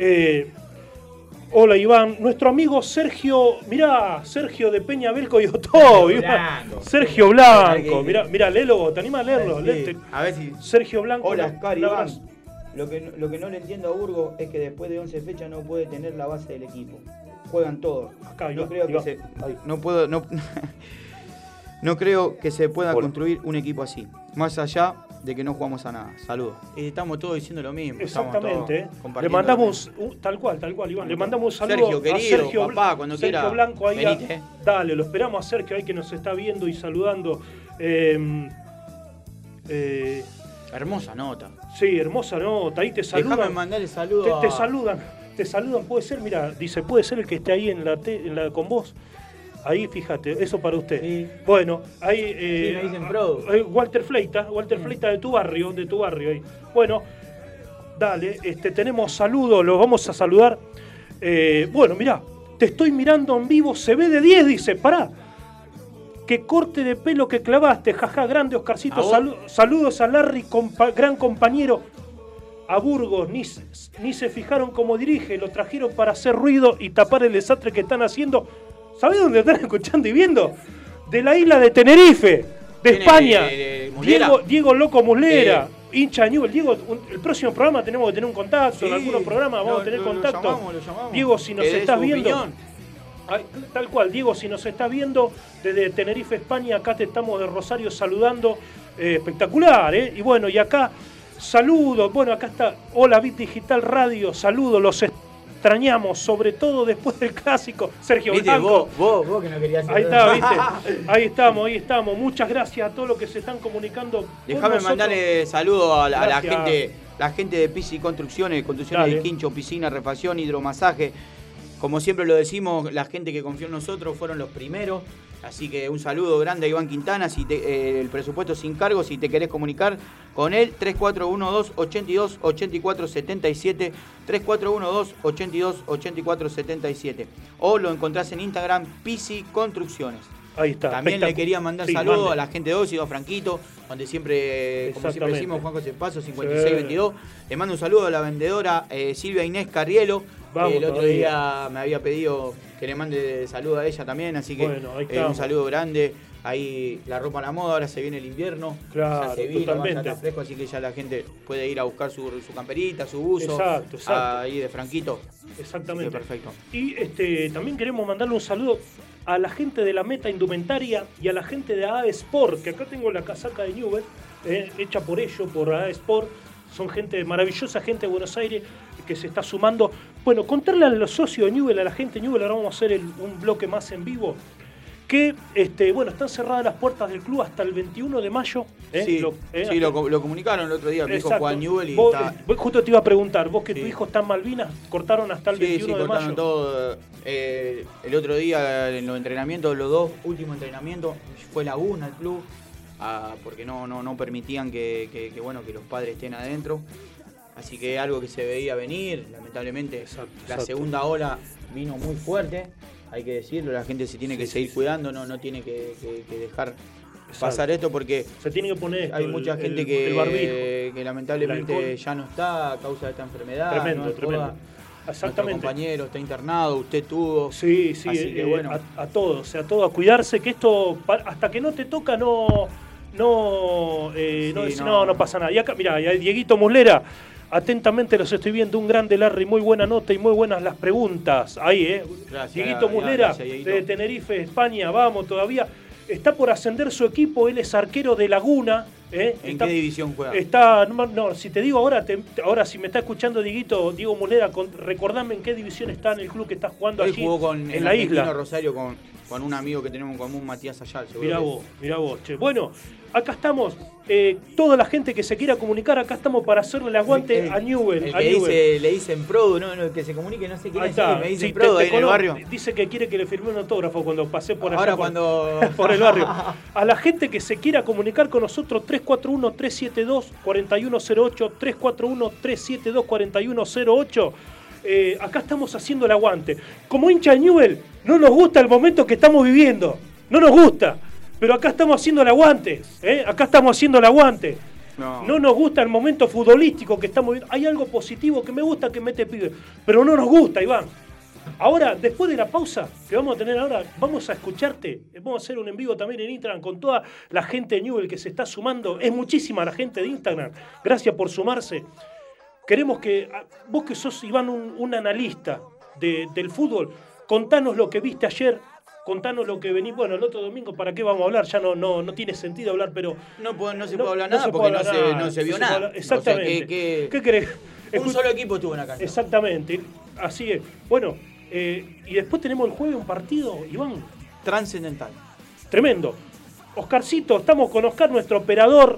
Hola Iván, nuestro amigo Sergio, mirá, Sergio de Peñabel Coyotó, Sergio Blanco, mirá, léelo, ¿te animas a leerlo? Sí. Léete. A ver si... Sergio Blanco. Hola, Oscar, un Iván. abrazo. Lo que no le entiendo a Burgo es que después de 11 fechas no puede tener la base del equipo. Juegan todos. Acá, No Iván, creo que Iván. se... Ahí. No creo que se pueda Hola. construir un equipo así. Más allá de que no jugamos a nada. Saludos. Estamos todos diciendo lo mismo. Exactamente. Estamos todos Le compartiendo mandamos, tal cual, Iván. Le mandamos un saludo Sergio, a querido, Sergio, papá, cuando Sergio quiera, Blanco ahí. venite. Dale, lo esperamos a Sergio ahí que nos está viendo y saludando. Hermosa nota. Sí, hermosa nota. Ahí te saludan. Déjame mandarle saludo Te saludan. Puede ser, mira, dice, puede ser el que esté ahí en la con vos. Ahí, fíjate, eso para usted. Sí. Bueno, ahí... Sí, me dicen pro. Walter Fleita de tu barrio ahí. Bueno, dale, tenemos saludos, los vamos a saludar. Bueno, mirá, te estoy mirando en vivo, se ve de 10, dice, pará. Qué corte de pelo que clavaste, jaja, grande Oscarcito. Saludos a Larry, gran compañero. A Burgos, ni se fijaron cómo dirige, lo trajeron para hacer ruido y tapar el desastre que están haciendo. ¿Sabés dónde están escuchando y viendo? De la isla de Tenerife, de España. Diego Loco Muslera, hincha de Newell. Diego, el próximo programa tenemos que tener un contacto, Sí, en algunos programas vamos a tener contacto. Lo llamamos. Diego, si nos Que dé estás su viendo... opinión. Ay, tal cual, Diego, si nos estás viendo desde Tenerife, España, acá te estamos de Rosario saludando. Espectacular, ¿eh? Y bueno, y acá, saludos. Bueno, acá está, hola Bit Digital Radio, saludos, los extrañamos, sobre todo después del clásico. Sergio ¿Viste? Blanco. Vos que no querías hacer. Ahí está, ¿viste? Ahí estamos. Muchas gracias a todos los que se están comunicando. Déjame mandarle saludo a la Gracias. gente de Pisi Construcciones Dale. de quincho, piscina, refacción, hidromasaje. Como siempre lo decimos, la gente que confió en nosotros fueron los primeros. Así que un saludo grande a Iván Quintana, el presupuesto sin cargo, si te querés comunicar con él, 3412-82-8477, 3412-82-8477. O lo encontrás en Instagram, Pisi Construcciones. Ahí está. También le quería mandar Sí, saludos mande. a la gente de Óxido, a Franquito, donde siempre, como siempre Exactamente. decimos, Juan José Paso, 5622. Le mando un saludo a la vendedora Silvia Inés Carrielo, Vamos el otro todavía. día me había pedido que le mande saludo a ella también, así que Bueno, ahí un estamos. saludo grande. Ahí la ropa a la moda, ahora se viene el invierno. Claro, ya se vino, totalmente. ya está fresco, así que ya la gente puede ir a buscar su camperita, su buzo. Exacto. Ahí de Franquito. Exactamente. Sí, perfecto. Y también queremos mandarle un saludo a la gente de la Meta Indumentaria y a la gente de AE Sport, que acá tengo la casaca de Newell, hecha por ellos, por AE Sport. Son gente maravillosa, gente de Buenos Aires que se está sumando. Bueno, contarle a los socios de Newell, a la gente de Newell, ahora vamos a hacer un bloque más en vivo. Que están cerradas las puertas del club hasta el 21 de mayo. Sí, lo comunicaron el otro día, mi hijo Juan Newell y vos, está... justo te iba a preguntar, vos que Sí. tu hijo está en Malvinas, cortaron hasta el 21 de cortaron mayo. todo. El otro día en los entrenamientos, los 2 últimos entrenamientos, fue laguna el club, porque no permitían que los padres estén adentro. Así que algo que se veía venir, lamentablemente. La segunda ola vino muy fuerte, hay que decirlo, la gente se tiene que seguir cuidando, no tiene que dejar pasar esto porque se tiene que poner hay mucha gente que lamentablemente ya no está a causa de esta enfermedad. Tremendo. Exactamente. Nuestro compañero está internado, usted tuvo. Sí, así que bueno. A todos, a cuidarse, que esto hasta que no te toca no pasa nada. Y acá, mirá, Dieguito Muslera, atentamente los estoy viendo, un grande Larry, muy buena nota y muy buenas las preguntas. Ahí, Gracias, Dieguito Muslera, de Tenerife, España, vamos todavía. Está por ascender su equipo, él es arquero de Laguna. ¿En qué división juega? Si te digo ahora si me está escuchando Diego Muslera, recordame en qué división está en el club que está jugando allí. Jugó en la isla. Rosario con un amigo que tenemos en común, Matías Ayal. Mirá vos, che. Bueno, acá estamos, toda la gente que se quiera comunicar, acá estamos para hacerle el aguante a Newell. Le dicen Produ, ¿no? Que se comunique, no sé quién es, me dicen Produ ahí en el barrio. Dice que quiere que le firme un autógrafo cuando pasé por allá. Por el barrio. A la gente que se quiera comunicar con nosotros, 341-372-4108, 341-372-4108. Acá estamos haciendo el aguante. Como hincha de Newell, no nos gusta el momento que estamos viviendo. No nos gusta. Pero acá estamos haciendo el aguante. Acá estamos haciendo el aguante. No nos gusta el momento futbolístico que estamos viviendo. Hay algo positivo que me gusta que mete pibe. Pero no nos gusta, Iván. Ahora, después de la pausa que vamos a tener ahora, vamos a escucharte. Vamos a hacer un en vivo también en Instagram con toda la gente de Newell que se está sumando. Es muchísima la gente de Instagram. Gracias por sumarse. Queremos que, vos que sos, Iván, un analista del fútbol, contanos lo que viste ayer, contanos lo que venís. Bueno, el otro domingo, ¿para qué vamos a hablar? Ya no tiene sentido hablar, pero... No se puede hablar nada porque no se vio nada. Exactamente. O sea, ¿Qué querés? Un solo equipo estuvo en la cancha. Exactamente. Así es. Bueno, y después tenemos el jueves un partido, Iván. Trascendental. Tremendo. Oscarcito, estamos con Oscar, nuestro operador.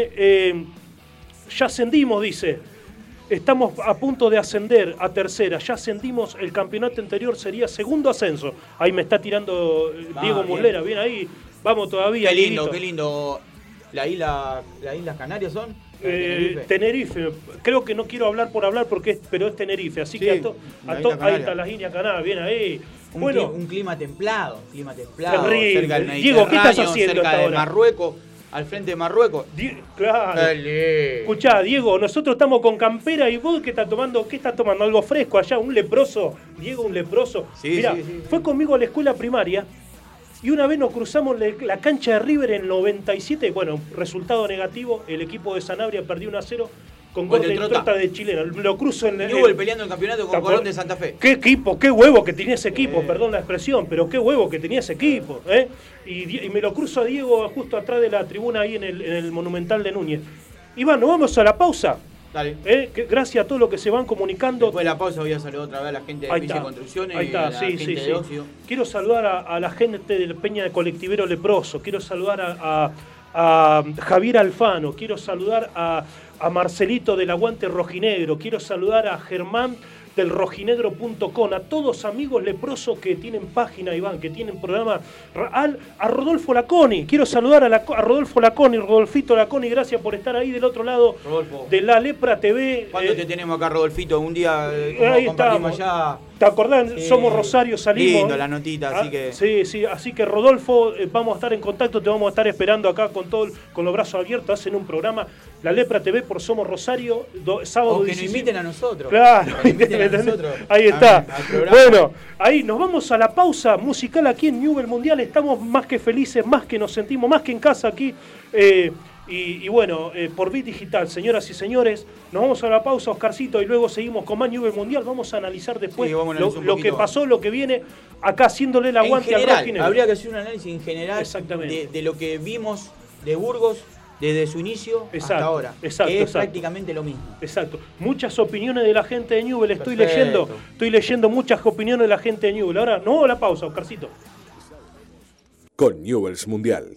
Ya ascendimos, dice. Estamos a punto de ascender a tercera. Ya ascendimos, el campeonato anterior sería segundo ascenso. Ahí me está tirando Diego Muslera. Bien ahí. Vamos todavía. Qué lindo. ¿Las Islas Canarias son? Tenerife. Creo que no quiero hablar por hablar pero es Tenerife. Así que ahí está las Islas Canarias. Bien ahí. Un clima templado. Terrible. Cerca del Mediterráneo, Diego, ¿qué estás haciendo cerca de Marruecos. Al frente de Marruecos. Claro. Dale. Escuchá, Diego, nosotros estamos con campera y vos ¿qué estás tomando? Algo fresco allá, un leproso. Diego, un leproso. Mirá, fue conmigo a la escuela primaria y una vez nos cruzamos la cancha de River en 97. Bueno, resultado negativo, el equipo de Sanabria perdió 1-0 con gol de Trota de Chilena. Lo cruzo en Newell peleando el campeonato con Colón de Santa Fe. Qué equipo, qué huevo que tenía ese equipo, perdón la expresión, pero qué huevo que tenía ese equipo. Y me lo cruzo a Diego justo atrás de la tribuna ahí en el Monumental de Núñez. Iván, nos vamos a la pausa. Dale. Gracias a todos los que se van comunicando. Después de la pausa voy a saludar otra vez a la gente de Piche Construcciones. Ahí está, sí. Óxido. Quiero saludar a la gente de Peña de Colectivero Leproso. Quiero saludar a Javier Alfano. Quiero saludar a Marcelito del Aguante Rojinegro. Quiero saludar a Germán del rojinegro.com, a todos amigos leprosos que tienen página, Iván, que tienen programa, a Rodolfo Laconi. Quiero saludar a Rodolfo Laconi, Rodolfito Laconi, gracias por estar ahí del otro lado, Rodolfo, de La Lepra TV. ¿Cuándo te tenemos acá, Rodolfito? Un día ahí estamos allá. ¿Te acordás? Somos Rosario, salimos. Lindo la notita, así que... Sí, así que Rodolfo, vamos a estar en contacto, te vamos a estar esperando acá con los brazos abiertos, hacen un programa La Lepra TV por Somos Rosario, sábado O que 17. nos inviten a nosotros. Claro, Que nos inviten a nosotros. Ahí está. Al programa. Bueno, ahí nos vamos a la pausa musical aquí en Newell Mundial. Estamos más que felices, más que nos sentimos, más que en casa aquí. Y bueno, por Bit Digital, señoras y señores, nos vamos a la pausa, Oscarcito, y luego seguimos con más Newell Mundial. Vamos a analizar después Sí, vamos a analizar un lo que poquito. pasó, lo que viene, acá haciéndole el aguante En al general, rock y negro. habría que hacer un análisis en general Exactamente. de lo que vimos de Burgos desde su inicio Exacto, hasta ahora. exacto, que es exacto. prácticamente lo mismo. Exacto. Muchas opiniones de la gente de Newell, estoy Perfecto. leyendo muchas opiniones de la gente de Newell. Ahora, no, la pausa, Oscarcito. Con Newell's Mundial.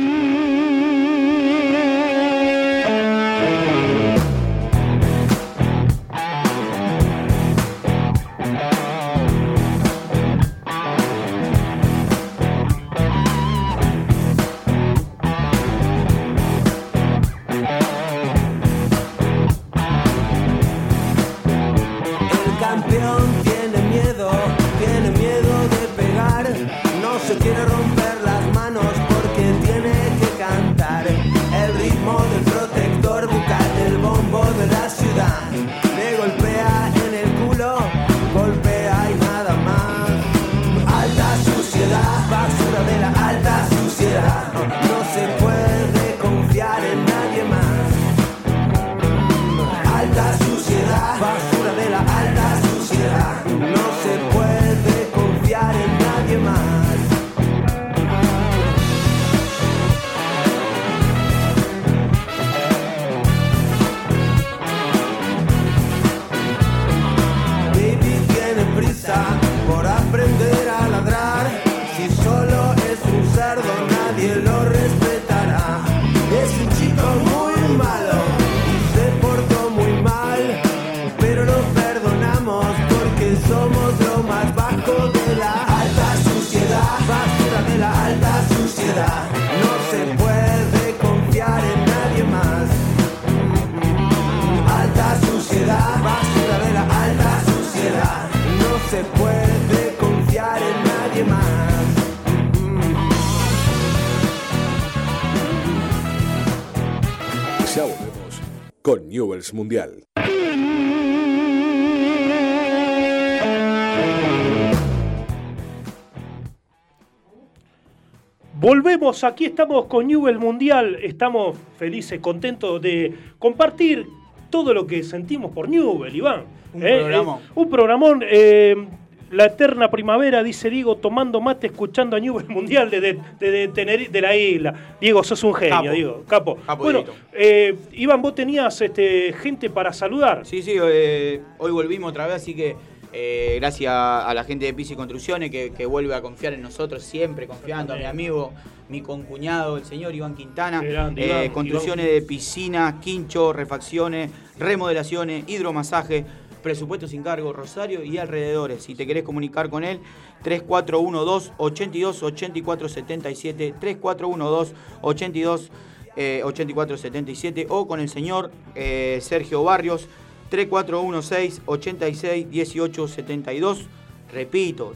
El campeón tiene miedo de pegar, no se quiere romper las manos porque tiene que cantar. El ritmo del protector bucal del bombo de la ciudad le golpea en el culo, golpea y nada más. Alta suciedad, basura de la alta suciedad, no se puede confiar en nadie más. Alta suciedad, basura de la alta suciedad, no se puede confiar en nadie más. Baby tiene prisa por aprender a ladrar, si solo es un cerdo nadie lo respetará. Es un chico muy malo y se portó muy mal, pero lo perdonamos porque somos lo más bajo de la alta suciedad, basura de la alta suciedad, no se puede confiar en nadie más. Alta suciedad, basura de la alta suciedad, no se puede confiar en nadie más. Ya volvemos con Newell's Mundial. Volvemos, aquí estamos con Newell Mundial, estamos felices, contentos de compartir todo lo que sentimos por Newell, Iván. Programón. Un programón, la eterna primavera, dice Diego, tomando mate, escuchando a Newell Mundial de Tenerife, de la isla. Diego, sos un genio, Capo. Diego, capo. Bueno, Iván, vos tenías gente para saludar. Sí, hoy volvimos otra vez, así que gracias a la gente de Pisi Construcciones que vuelve a confiar en nosotros, siempre confiando, a mi amigo, mi concuñado, el señor Iván Quintana. Grande, Iván, construcciones Iván. de piscina, quincho, refacciones, remodelaciones, hidromasaje, presupuesto sin cargo, Rosario y alrededores. Si te querés comunicar con él, 3412-82-8477, 3412-82-8477 o con el señor Sergio Barrios, 3416-86-1872. Repito,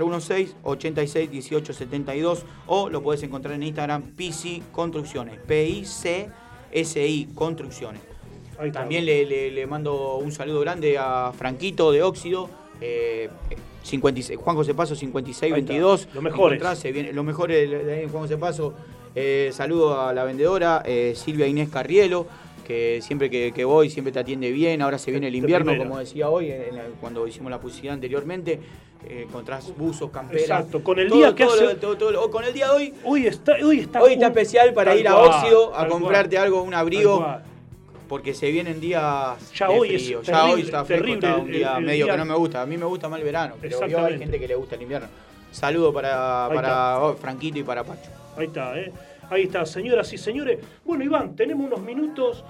3416-86-1872 o lo podés encontrar en Instagram, Pisi Construcciones, PICSI Construcciones. También le mando un saludo grande a Franquito de Óxido, 56, Juan José Paso 5622. Los mejores. Los mejores de ahí en Juan José Paso. Saludo a la vendedora Silvia Inés Carrielo, que siempre que voy siempre te atiende bien. Ahora se viene el invierno, como decía hoy, cuando hicimos la publicidad anteriormente. Encontrás buzos, camperas. Exacto, con el día que hace. Con el día de hoy. Hoy está especial para ir a Óxido a comprarte algo, un abrigo. Porque se vienen días ya de hoy frío. es Ya terrible, hoy está fresco, terrible está un día el medio día. que no me gusta. A mí me gusta más el verano, pero hay gente que le gusta el invierno. Saludo para Franquito y para Pacho. Ahí está, Ahí está, señoras y señores. Bueno, Iván, tenemos unos minutos.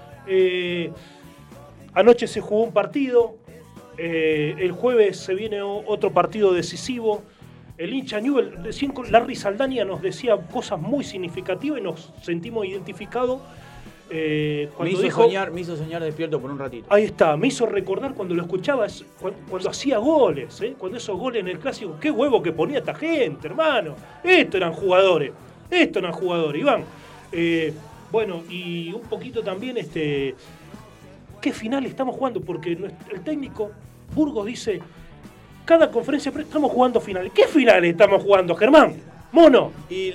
Anoche se jugó un partido. El jueves se viene otro partido decisivo. El hincha Newell, recién Larry Saldaña nos decía cosas muy significativas y nos sentimos identificados. Me hizo soñar despierto por un ratito. Ahí está, me hizo recordar cuando lo escuchaba, cuando hacía goles, cuando esos goles en el clásico, qué huevo que ponía esta gente, hermano. Estos eran jugadores, Iván. Bueno, y un poquito también, ¿qué final estamos jugando? Porque el técnico Burgos dice, cada conferencia estamos jugando finales. ¿Qué finales estamos jugando, Germán? ¡Mono! Y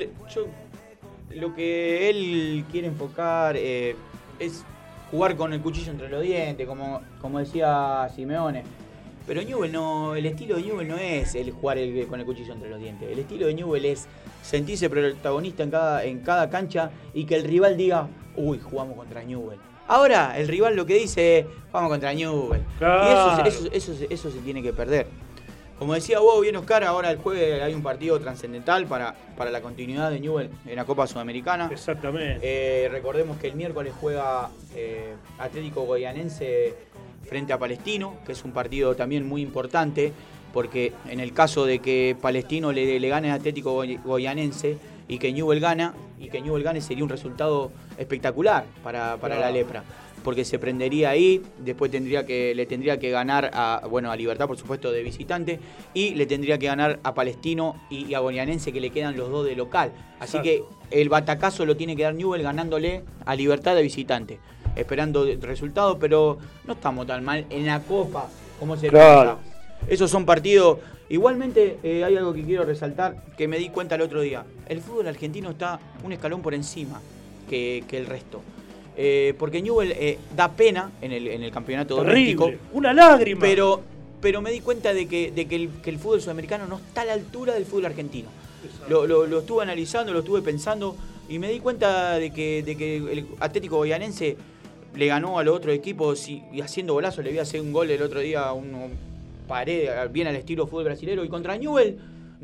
lo que él quiere enfocar es jugar con el cuchillo entre los dientes, como decía Simeone. Pero Newell el estilo de Newell no es el jugar con el cuchillo entre los dientes. El estilo de Newell es sentirse protagonista en cada cancha y que el rival diga, uy, jugamos contra Newell. Ahora el rival lo que dice es, vamos contra Newell. Claro. Y eso se tiene que perder. Como decía vos, bien Oscar, ahora el jueves hay un partido trascendental para la continuidad de Newell en la Copa Sudamericana. Exactamente. Recordemos que el miércoles juega Atlético Goianense frente a Palestino, que es un partido también muy importante, porque en el caso de que Palestino le gane a Atlético Goianense y que Newell gane, sería un resultado espectacular para la Lepra, porque se prendería ahí, después le tendría que ganar a Libertad, por supuesto, de visitante, y le tendría que ganar a Palestino y a Goianense, que le quedan los dos de local. Así que el batacazo lo tiene que dar Newell ganándole a Libertad de visitante, esperando resultados, pero no estamos tan mal en la Copa como se piensa. Esos son partidos. Igualmente hay algo que quiero resaltar, que me di cuenta el otro día. El fútbol argentino está un escalón por encima que el resto. Porque Newell da pena en el campeonato doméstico. Una lágrima. Pero me di cuenta de que el fútbol sudamericano no está a la altura del fútbol argentino. Lo estuve analizando, lo estuve pensando y me di cuenta de que el Atlético Goianense le ganó a los otros equipos y haciendo golazos. Le vi hacer un gol el otro día, un pared bien al estilo fútbol brasilero, y contra Newell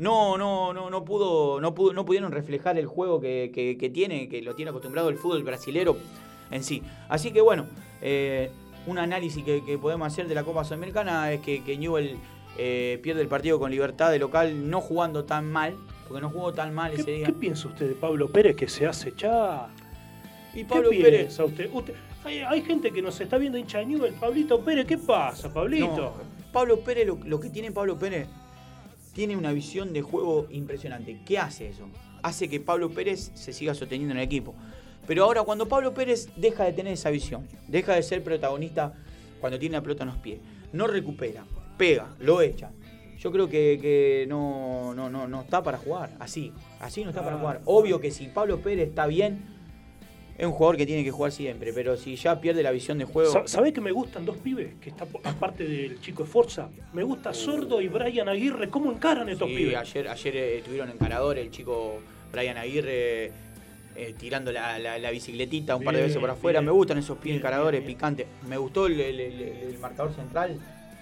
no pudieron reflejar el juego que tiene, que lo tiene acostumbrado el fútbol brasilero en sí. Así que bueno, un análisis que podemos hacer de la Copa Sudamericana es que Newell pierde el partido con Libertad de local, no jugando tan mal, porque no jugó tan mal ese día. ¿Qué piensa usted de Pablo Pérez, que se hace echar? Y Pablo ¿Qué Pérez, piensa usted? Hay gente que nos está viendo hincha de Newell. Pablito Pérez, ¿qué pasa, Pablito? No, Pablo Pérez, lo que tiene Pablo Pérez, tiene una visión de juego impresionante. ¿Qué hace eso? Hace que Pablo Pérez se siga sosteniendo en el equipo. Pero ahora, cuando Pablo Pérez deja de tener esa visión, deja de ser protagonista cuando tiene la pelota en los pies, no recupera, pega, lo echa, yo creo que no está para jugar. Así no está para jugar. Obvio que si Pablo Pérez está bien, es un jugador que tiene que jugar siempre, pero si ya pierde la visión de juego... ¿Sabés que me gustan dos pibes? Que está aparte del chico de Forza. Me gusta Sordo y Brian Aguirre. ¿Cómo encaran estos pibes? Ayer estuvieron encaradores, el chico Brian Aguirre tirando la bicicletita un par de veces por afuera. Me gustan esos pibes encaradores, picantes. Me gustó el marcador central,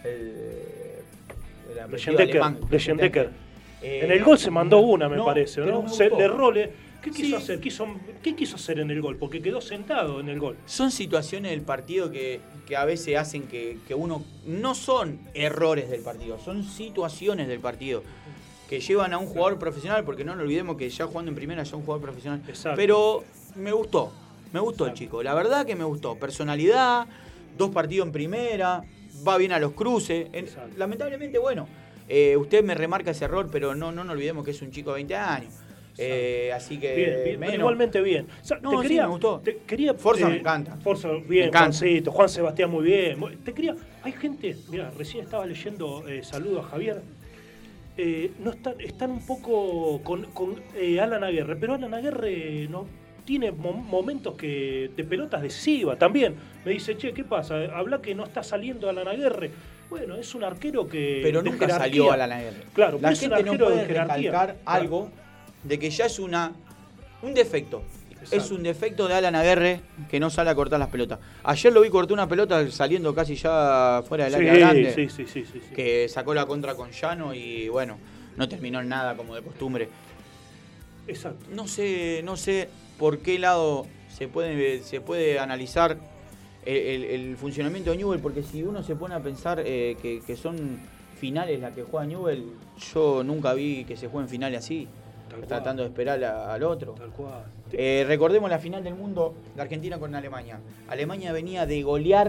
Leyendecker. En el gol se mandó una, me parece, ¿no? De roles. ¿Qué quiso hacer? ¿Qué quiso hacer en el gol? Porque quedó sentado en el gol. Son situaciones del partido que a veces hacen que uno... No son errores del partido, son situaciones del partido que llevan a un jugador profesional, porque no nos olvidemos que ya jugando en primera ya es un jugador profesional. Exacto. Pero me gustó el chico. La verdad que me gustó. Personalidad, 2 partidos en primera, va bien a los cruces. Lamentablemente, bueno, usted me remarca ese error, pero no nos olvidemos que es un chico de 20 años. Así que bien, igualmente bien. Me gustó. Forza me encanta. Forza bien, Juancito, Juan Sebastián muy bien. Hay gente, mira, recién estaba leyendo, saludo a Javier. Están un poco con Alan Aguirre, pero Alan Aguirre no tiene momentos de pelotas decisivas también. Me dice, che, ¿qué pasa? Habla que no está saliendo Alan Aguirre. Bueno, es un arquero que... Pero nunca salió Alan Aguirre. Claro, la gente no puede recalcar algo de que ya es un defecto. Exacto. Es un defecto de Alan Aguirre que no sale a cortar las pelotas. Ayer lo vi cortar una pelota saliendo casi ya fuera del área grande. Sí. Que sacó la contra con Llano y bueno, no terminó en nada como de costumbre. Exacto. No sé por qué lado se puede analizar el funcionamiento de Newell, porque si uno se pone a pensar que son finales las que juega Newell, yo nunca vi que se jueguen finales así. Tratando de esperar al otro. Tal cual. Recordemos la final del mundo de Argentina con Alemania. Alemania venía de golear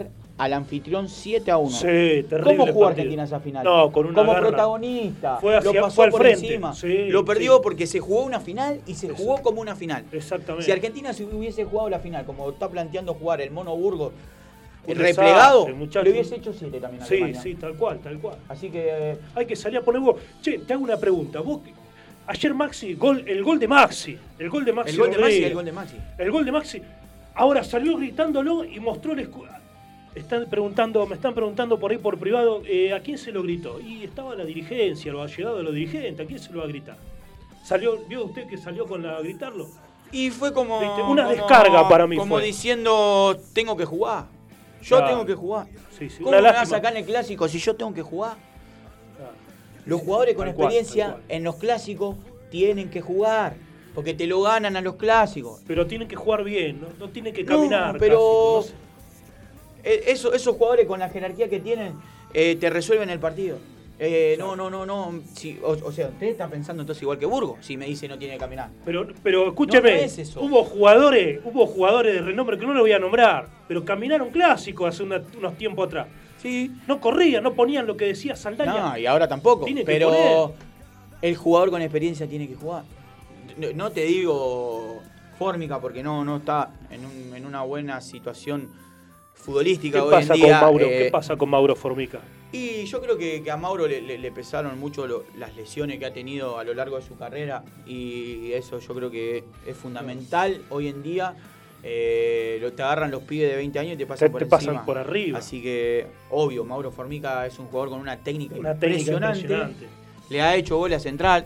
al anfitrión 7-1. Sí, terrible. ¿Cómo jugó partido. Argentina esa final? No, con una como garra. protagonista. Fue hacia, lo pasó fue al por frente. encima. Sí, lo perdió sí. porque se jugó una final y se jugó como una final. Exactamente. Si Argentina se hubiese jugado la final, como está planteando jugar el Mono Burgos, Un replegado, desastre, le hubiese hecho 7 también a Sí, Alemania. sí, tal cual, tal cual. Así que hay que salir a poner vos. Che, te hago una pregunta. Vos, ayer Maxi, el gol de Maxi. El gol de Maxi. el gol de Maxi, Rodríguez. el gol de Maxi. El gol de Maxi. Ahora salió gritándolo y mostró el escudo. Me están preguntando por ahí por privado, ¿a quién se lo gritó? Y estaba la dirigencia, lo ha llegado de los dirigentes, ¿a quién se lo va a gritar? ¿Vio usted que salió a gritarlo? Y fue como... Una descarga para mí. Como fue. diciendo, tengo que jugar. Yo Claro. tengo que jugar. Sí, sí, ¿Cómo una me vas a lástima. sacar en el clásico si yo tengo que jugar? Claro. Los jugadores con Tal cual, experiencia tal cual. en los clásicos tienen que jugar. Porque te lo ganan a los clásicos. Pero tienen que jugar bien, no tienen que caminar. No, pero casi, no sé. esos jugadores con la jerarquía que tienen te resuelven el partido. No. Sí, o sea, usted está pensando entonces igual que Burgos, si me dice no tiene que caminar. Pero escúcheme, No es eso. hubo jugadores de renombre que no lo voy a nombrar, pero caminaron clásicos hace unos tiempos atrás. Sí. No corrían, no ponían lo que decía Saldaña. No, y ahora tampoco. Tiene que Pero poner. el jugador con experiencia tiene que jugar. No te digo Fórmica porque no está en una buena situación futbolística ¿Qué hoy pasa en día. con Mauro? ¿Qué pasa con Mauro Formica? Y yo creo que a Mauro le pesaron mucho las lesiones que ha tenido a lo largo de su carrera y eso yo creo que es fundamental hoy en día. Te agarran los pibes de 20 años y te pasan por encima. Pasan por arriba. Así que, obvio, Mauro Formica es un jugador con una técnica impresionante. impresionante. Le ha hecho bola central.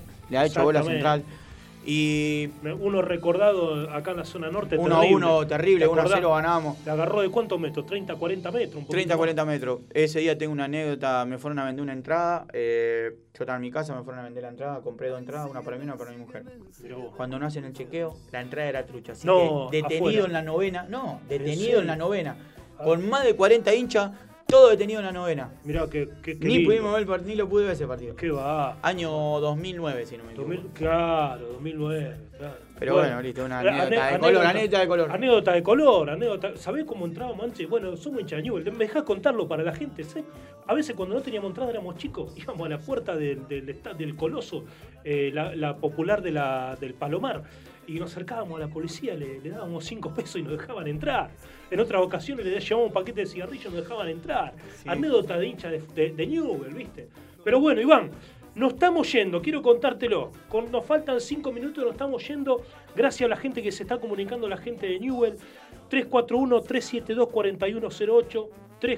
Y uno recordado acá en la zona norte, 1-1 terrible, 1-0 ganamos. ¿Te agarró de cuántos metros? ¿30, 40 metros? 30-40 metros. Ese día tengo una anécdota, me fueron a vender una entrada, yo estaba en mi casa, me fueron a vender la entrada, compré 2 entradas, una para mí y una para mi mujer. Cuando no hacen el chequeo, la entrada era trucha. Así que detenido afuera. en la novena, detenido en la novena, con más de 40 hinchas, todo detenido en la novena. Mirá, que ni pudimos ver ni lo pude ver ese partido. ¿Qué va? Año 2009, si no me equivoco. Claro, 2009. Claro. Pero bueno, listo, una anécdota de color. Anécdota de color, ¿sabés cómo entrábamos antes? Bueno, somos hinchas de Newell's, me dejás contarlo para la gente, ¿sabés? A veces cuando no teníamos entrada éramos chicos, íbamos a la puerta del Coloso, la popular del Palomar, y nos acercábamos a la policía, le dábamos 5 pesos y nos dejaban entrar. En otras ocasiones le llevábamos un paquete de cigarrillos y nos dejaban entrar. Sí. Anécdota de hincha de Newell's, ¿viste? Pero bueno, Iván, nos estamos yendo, quiero contártelo. Nos faltan 5 minutos, nos estamos yendo. Gracias a la gente que se está comunicando, la gente de Newell's. 341-372-4108.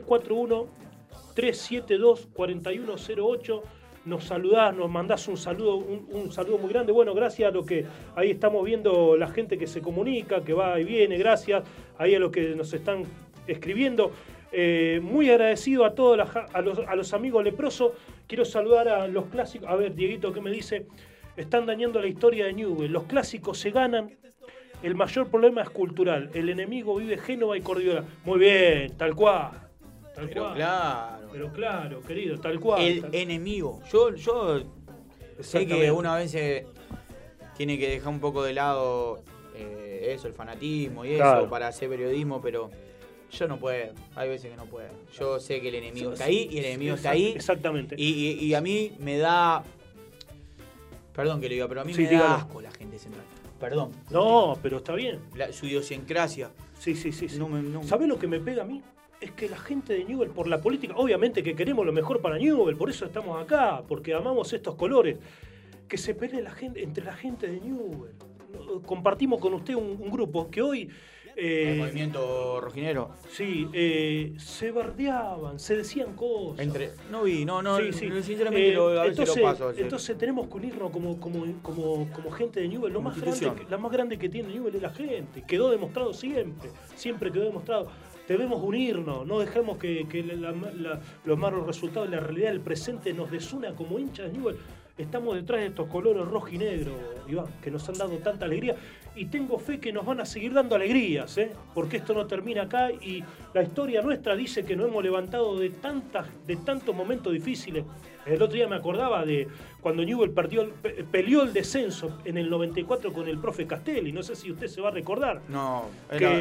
341-372-4108. Nos saludás, nos mandás un saludo muy grande. Bueno, gracias a lo que ahí estamos viendo, la gente que se comunica, que va y viene, gracias. Ahí a los que nos están escribiendo. Muy agradecido a todos a los amigos leprosos. Quiero saludar a los clásicos. A ver, Dieguito, ¿qué me dice? Están dañando la historia de Newell's. Los clásicos se ganan. El mayor problema es cultural. El enemigo vive Génova y Cordillera. Muy bien, tal cual. Pero claro, querido, tal cual. El enemigo. Yo sé que una vez tiene que dejar un poco de lado eso, el fanatismo y eso, para hacer periodismo, pero yo no puedo. Hay veces que no puedo. Yo sé que el enemigo está ahí y el enemigo está ahí. Exactamente. Y a mí me da... Perdón que lo diga, pero a mí me da asco la gente central. Perdón. No, pero está bien. Su idiosincrasia. Sí. No. ¿Sabés lo que me pega a mí? Es que la gente de Newell's, por la política, obviamente que queremos lo mejor para Newell's, por eso estamos acá, porque amamos estos colores, que se pelee entre la gente de Newell's. Compartimos con usted un grupo que hoy... el movimiento rojinero. Sí, se bardeaban, se decían cosas. No vi, Sí. sinceramente a veces lo paso. Entonces tenemos que unirnos como gente de Newell's. La más grande que tiene Newell's es la gente. Quedó demostrado siempre quedó demostrado. Debemos unirnos, no dejemos que los malos resultados, la realidad del presente nos desuna como hinchas de Newell's. estamos detrás de estos colores rojo y negro, Iván, que nos han dado tanta alegría. Y tengo fe que nos van a seguir dando alegrías, porque esto no termina acá y la historia nuestra dice que nos hemos levantado de tantos momentos difíciles. El otro día me acordaba de cuando Newell's peleó el descenso en el 94 con el profe Castelli, no sé si usted se va a recordar. No, que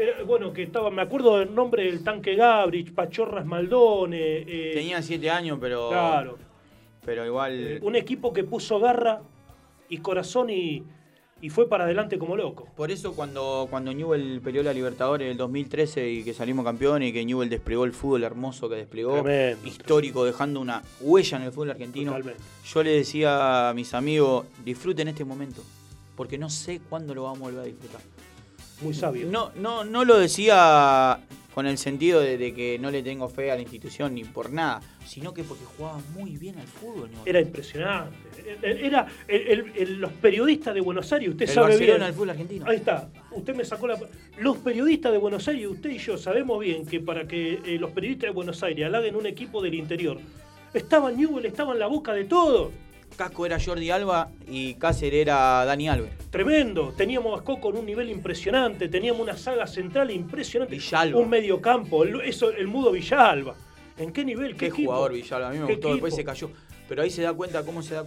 estaba, me acuerdo del nombre del Tanque Gabrich, Pachorras Maldone. Tenía 7 años, pero... Claro. Pero igual... un equipo que puso garra y corazón y fue para adelante como loco. Por eso cuando Newell's peleó la Libertadores en el 2013 y que salimos campeones y que Newell's desplegó el fútbol hermoso que desplegó, tremendo, histórico, dejando una huella en el fútbol argentino. Totalmente. Yo le decía a mis amigos, disfruten este momento, porque no sé cuándo lo vamos a volver a disfrutar. Muy sabio. No lo decía con el sentido de que no le tengo fe a la institución ni por nada, sino que porque jugaba muy bien al fútbol. ¿No? Era impresionante. Era los periodistas de Buenos Aires, usted el sabe Barcelona bien. Del fútbol argentino. Ahí está. Usted me sacó los periodistas de Buenos Aires, usted y yo sabemos bien que para que los periodistas de Buenos Aires halaguen un equipo del interior, estaba Newell's, estaba en la boca de todo. Casco era Jordi Alba y Cáceres era Dani Alves. Tremendo. Teníamos a Coco en un nivel impresionante. Teníamos una saga central impresionante. Villalba. Un mediocampo. El mudo Villalba. ¿En qué nivel? ¿Qué jugador Villalba? A mí me gustó. Equipo? Después se cayó. Pero ahí se da cuenta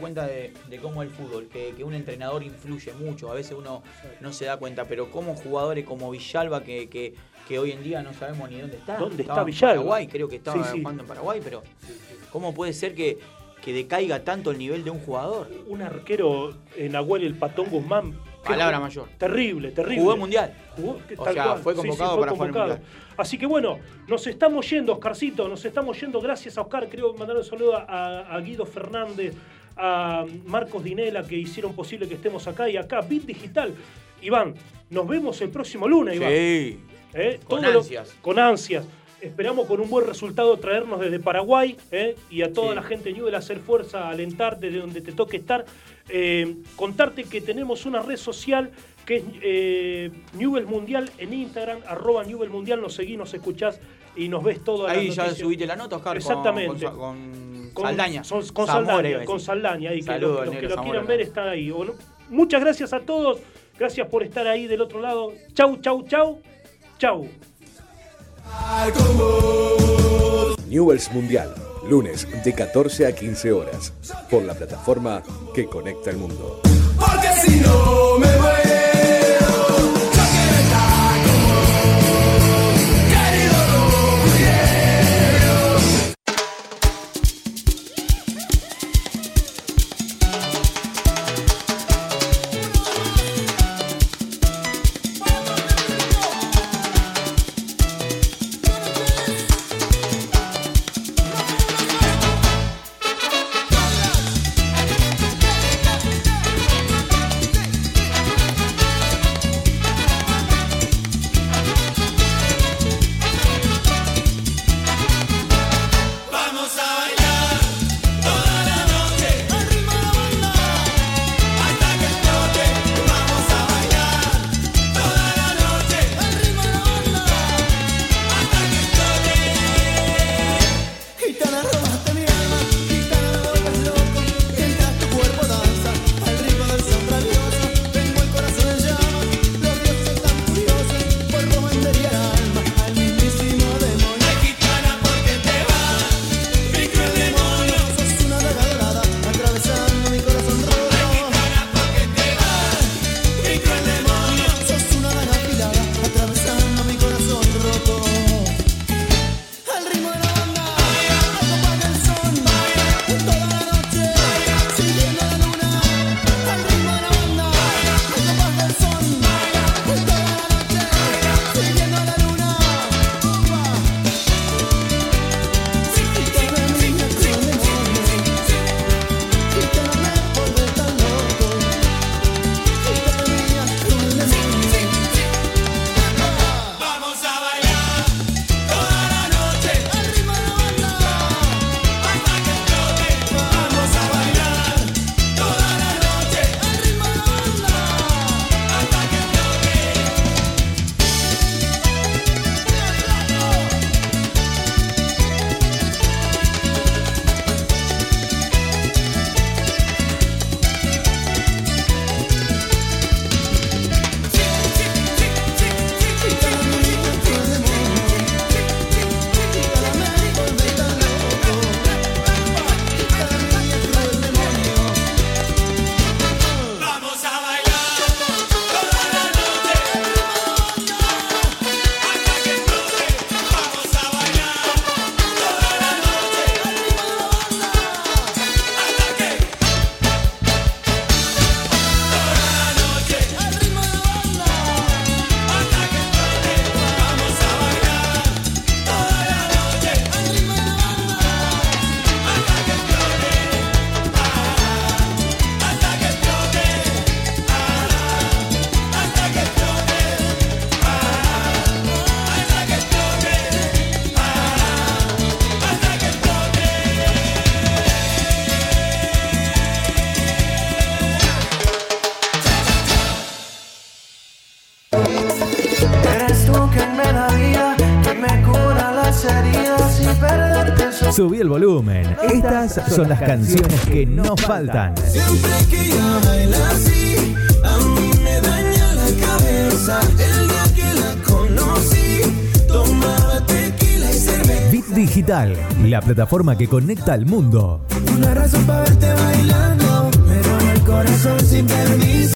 de cómo es el fútbol. Que un entrenador influye mucho. A veces uno no se da cuenta. Pero como jugadores como Villalba que hoy en día no sabemos ni dónde está. ¿Dónde estaba está Villalba? En Paraguay. Creo que estaba jugando en Paraguay. Pero ¿cómo puede ser que decaiga tanto el nivel de un jugador? Un arquero, Nahuel el Patón Guzmán. Palabra mayor. Terrible. Jugó el Mundial. Fue convocado para jugar el Mundial. Así que bueno, nos estamos yendo, Oscarcito, gracias a Oscar. Quiero mandar un saludo a Guido Fernández, a Marcos Dinela, que hicieron posible que estemos acá, y acá, Bit Digital. Iván, nos vemos el próximo lunes, Iván. Sí. Con ansias. Esperamos con un buen resultado traernos desde Paraguay y a toda la gente de Newell's hacer fuerza, alentar desde donde te toque estar. Contarte que tenemos una red social que es Newell's Mundial en Instagram, @Newell's Mundial. Nos seguís, nos escuchás y nos ves todo. Ahí ya subiste la nota, Oscar. Exactamente. Con Saldaña. Con Saldaña. Ahí, saludos, los que lo quieran ver está ahí. Bueno, muchas gracias a todos. Gracias por estar ahí del otro lado. Chau. Newell's Mundial, lunes de 14 a 15 horas, por la plataforma que conecta el mundo. Porque si no me muero. Subí el volumen. Estas son las canciones que no faltan. Siempre que ella baila así, a mí me daña la cabeza. El día que la conocí, tomaba tequila y cerveza. Bit Digital, la plataforma que conecta al mundo. Una razón para verte bailando, pero el corazón sin permiso.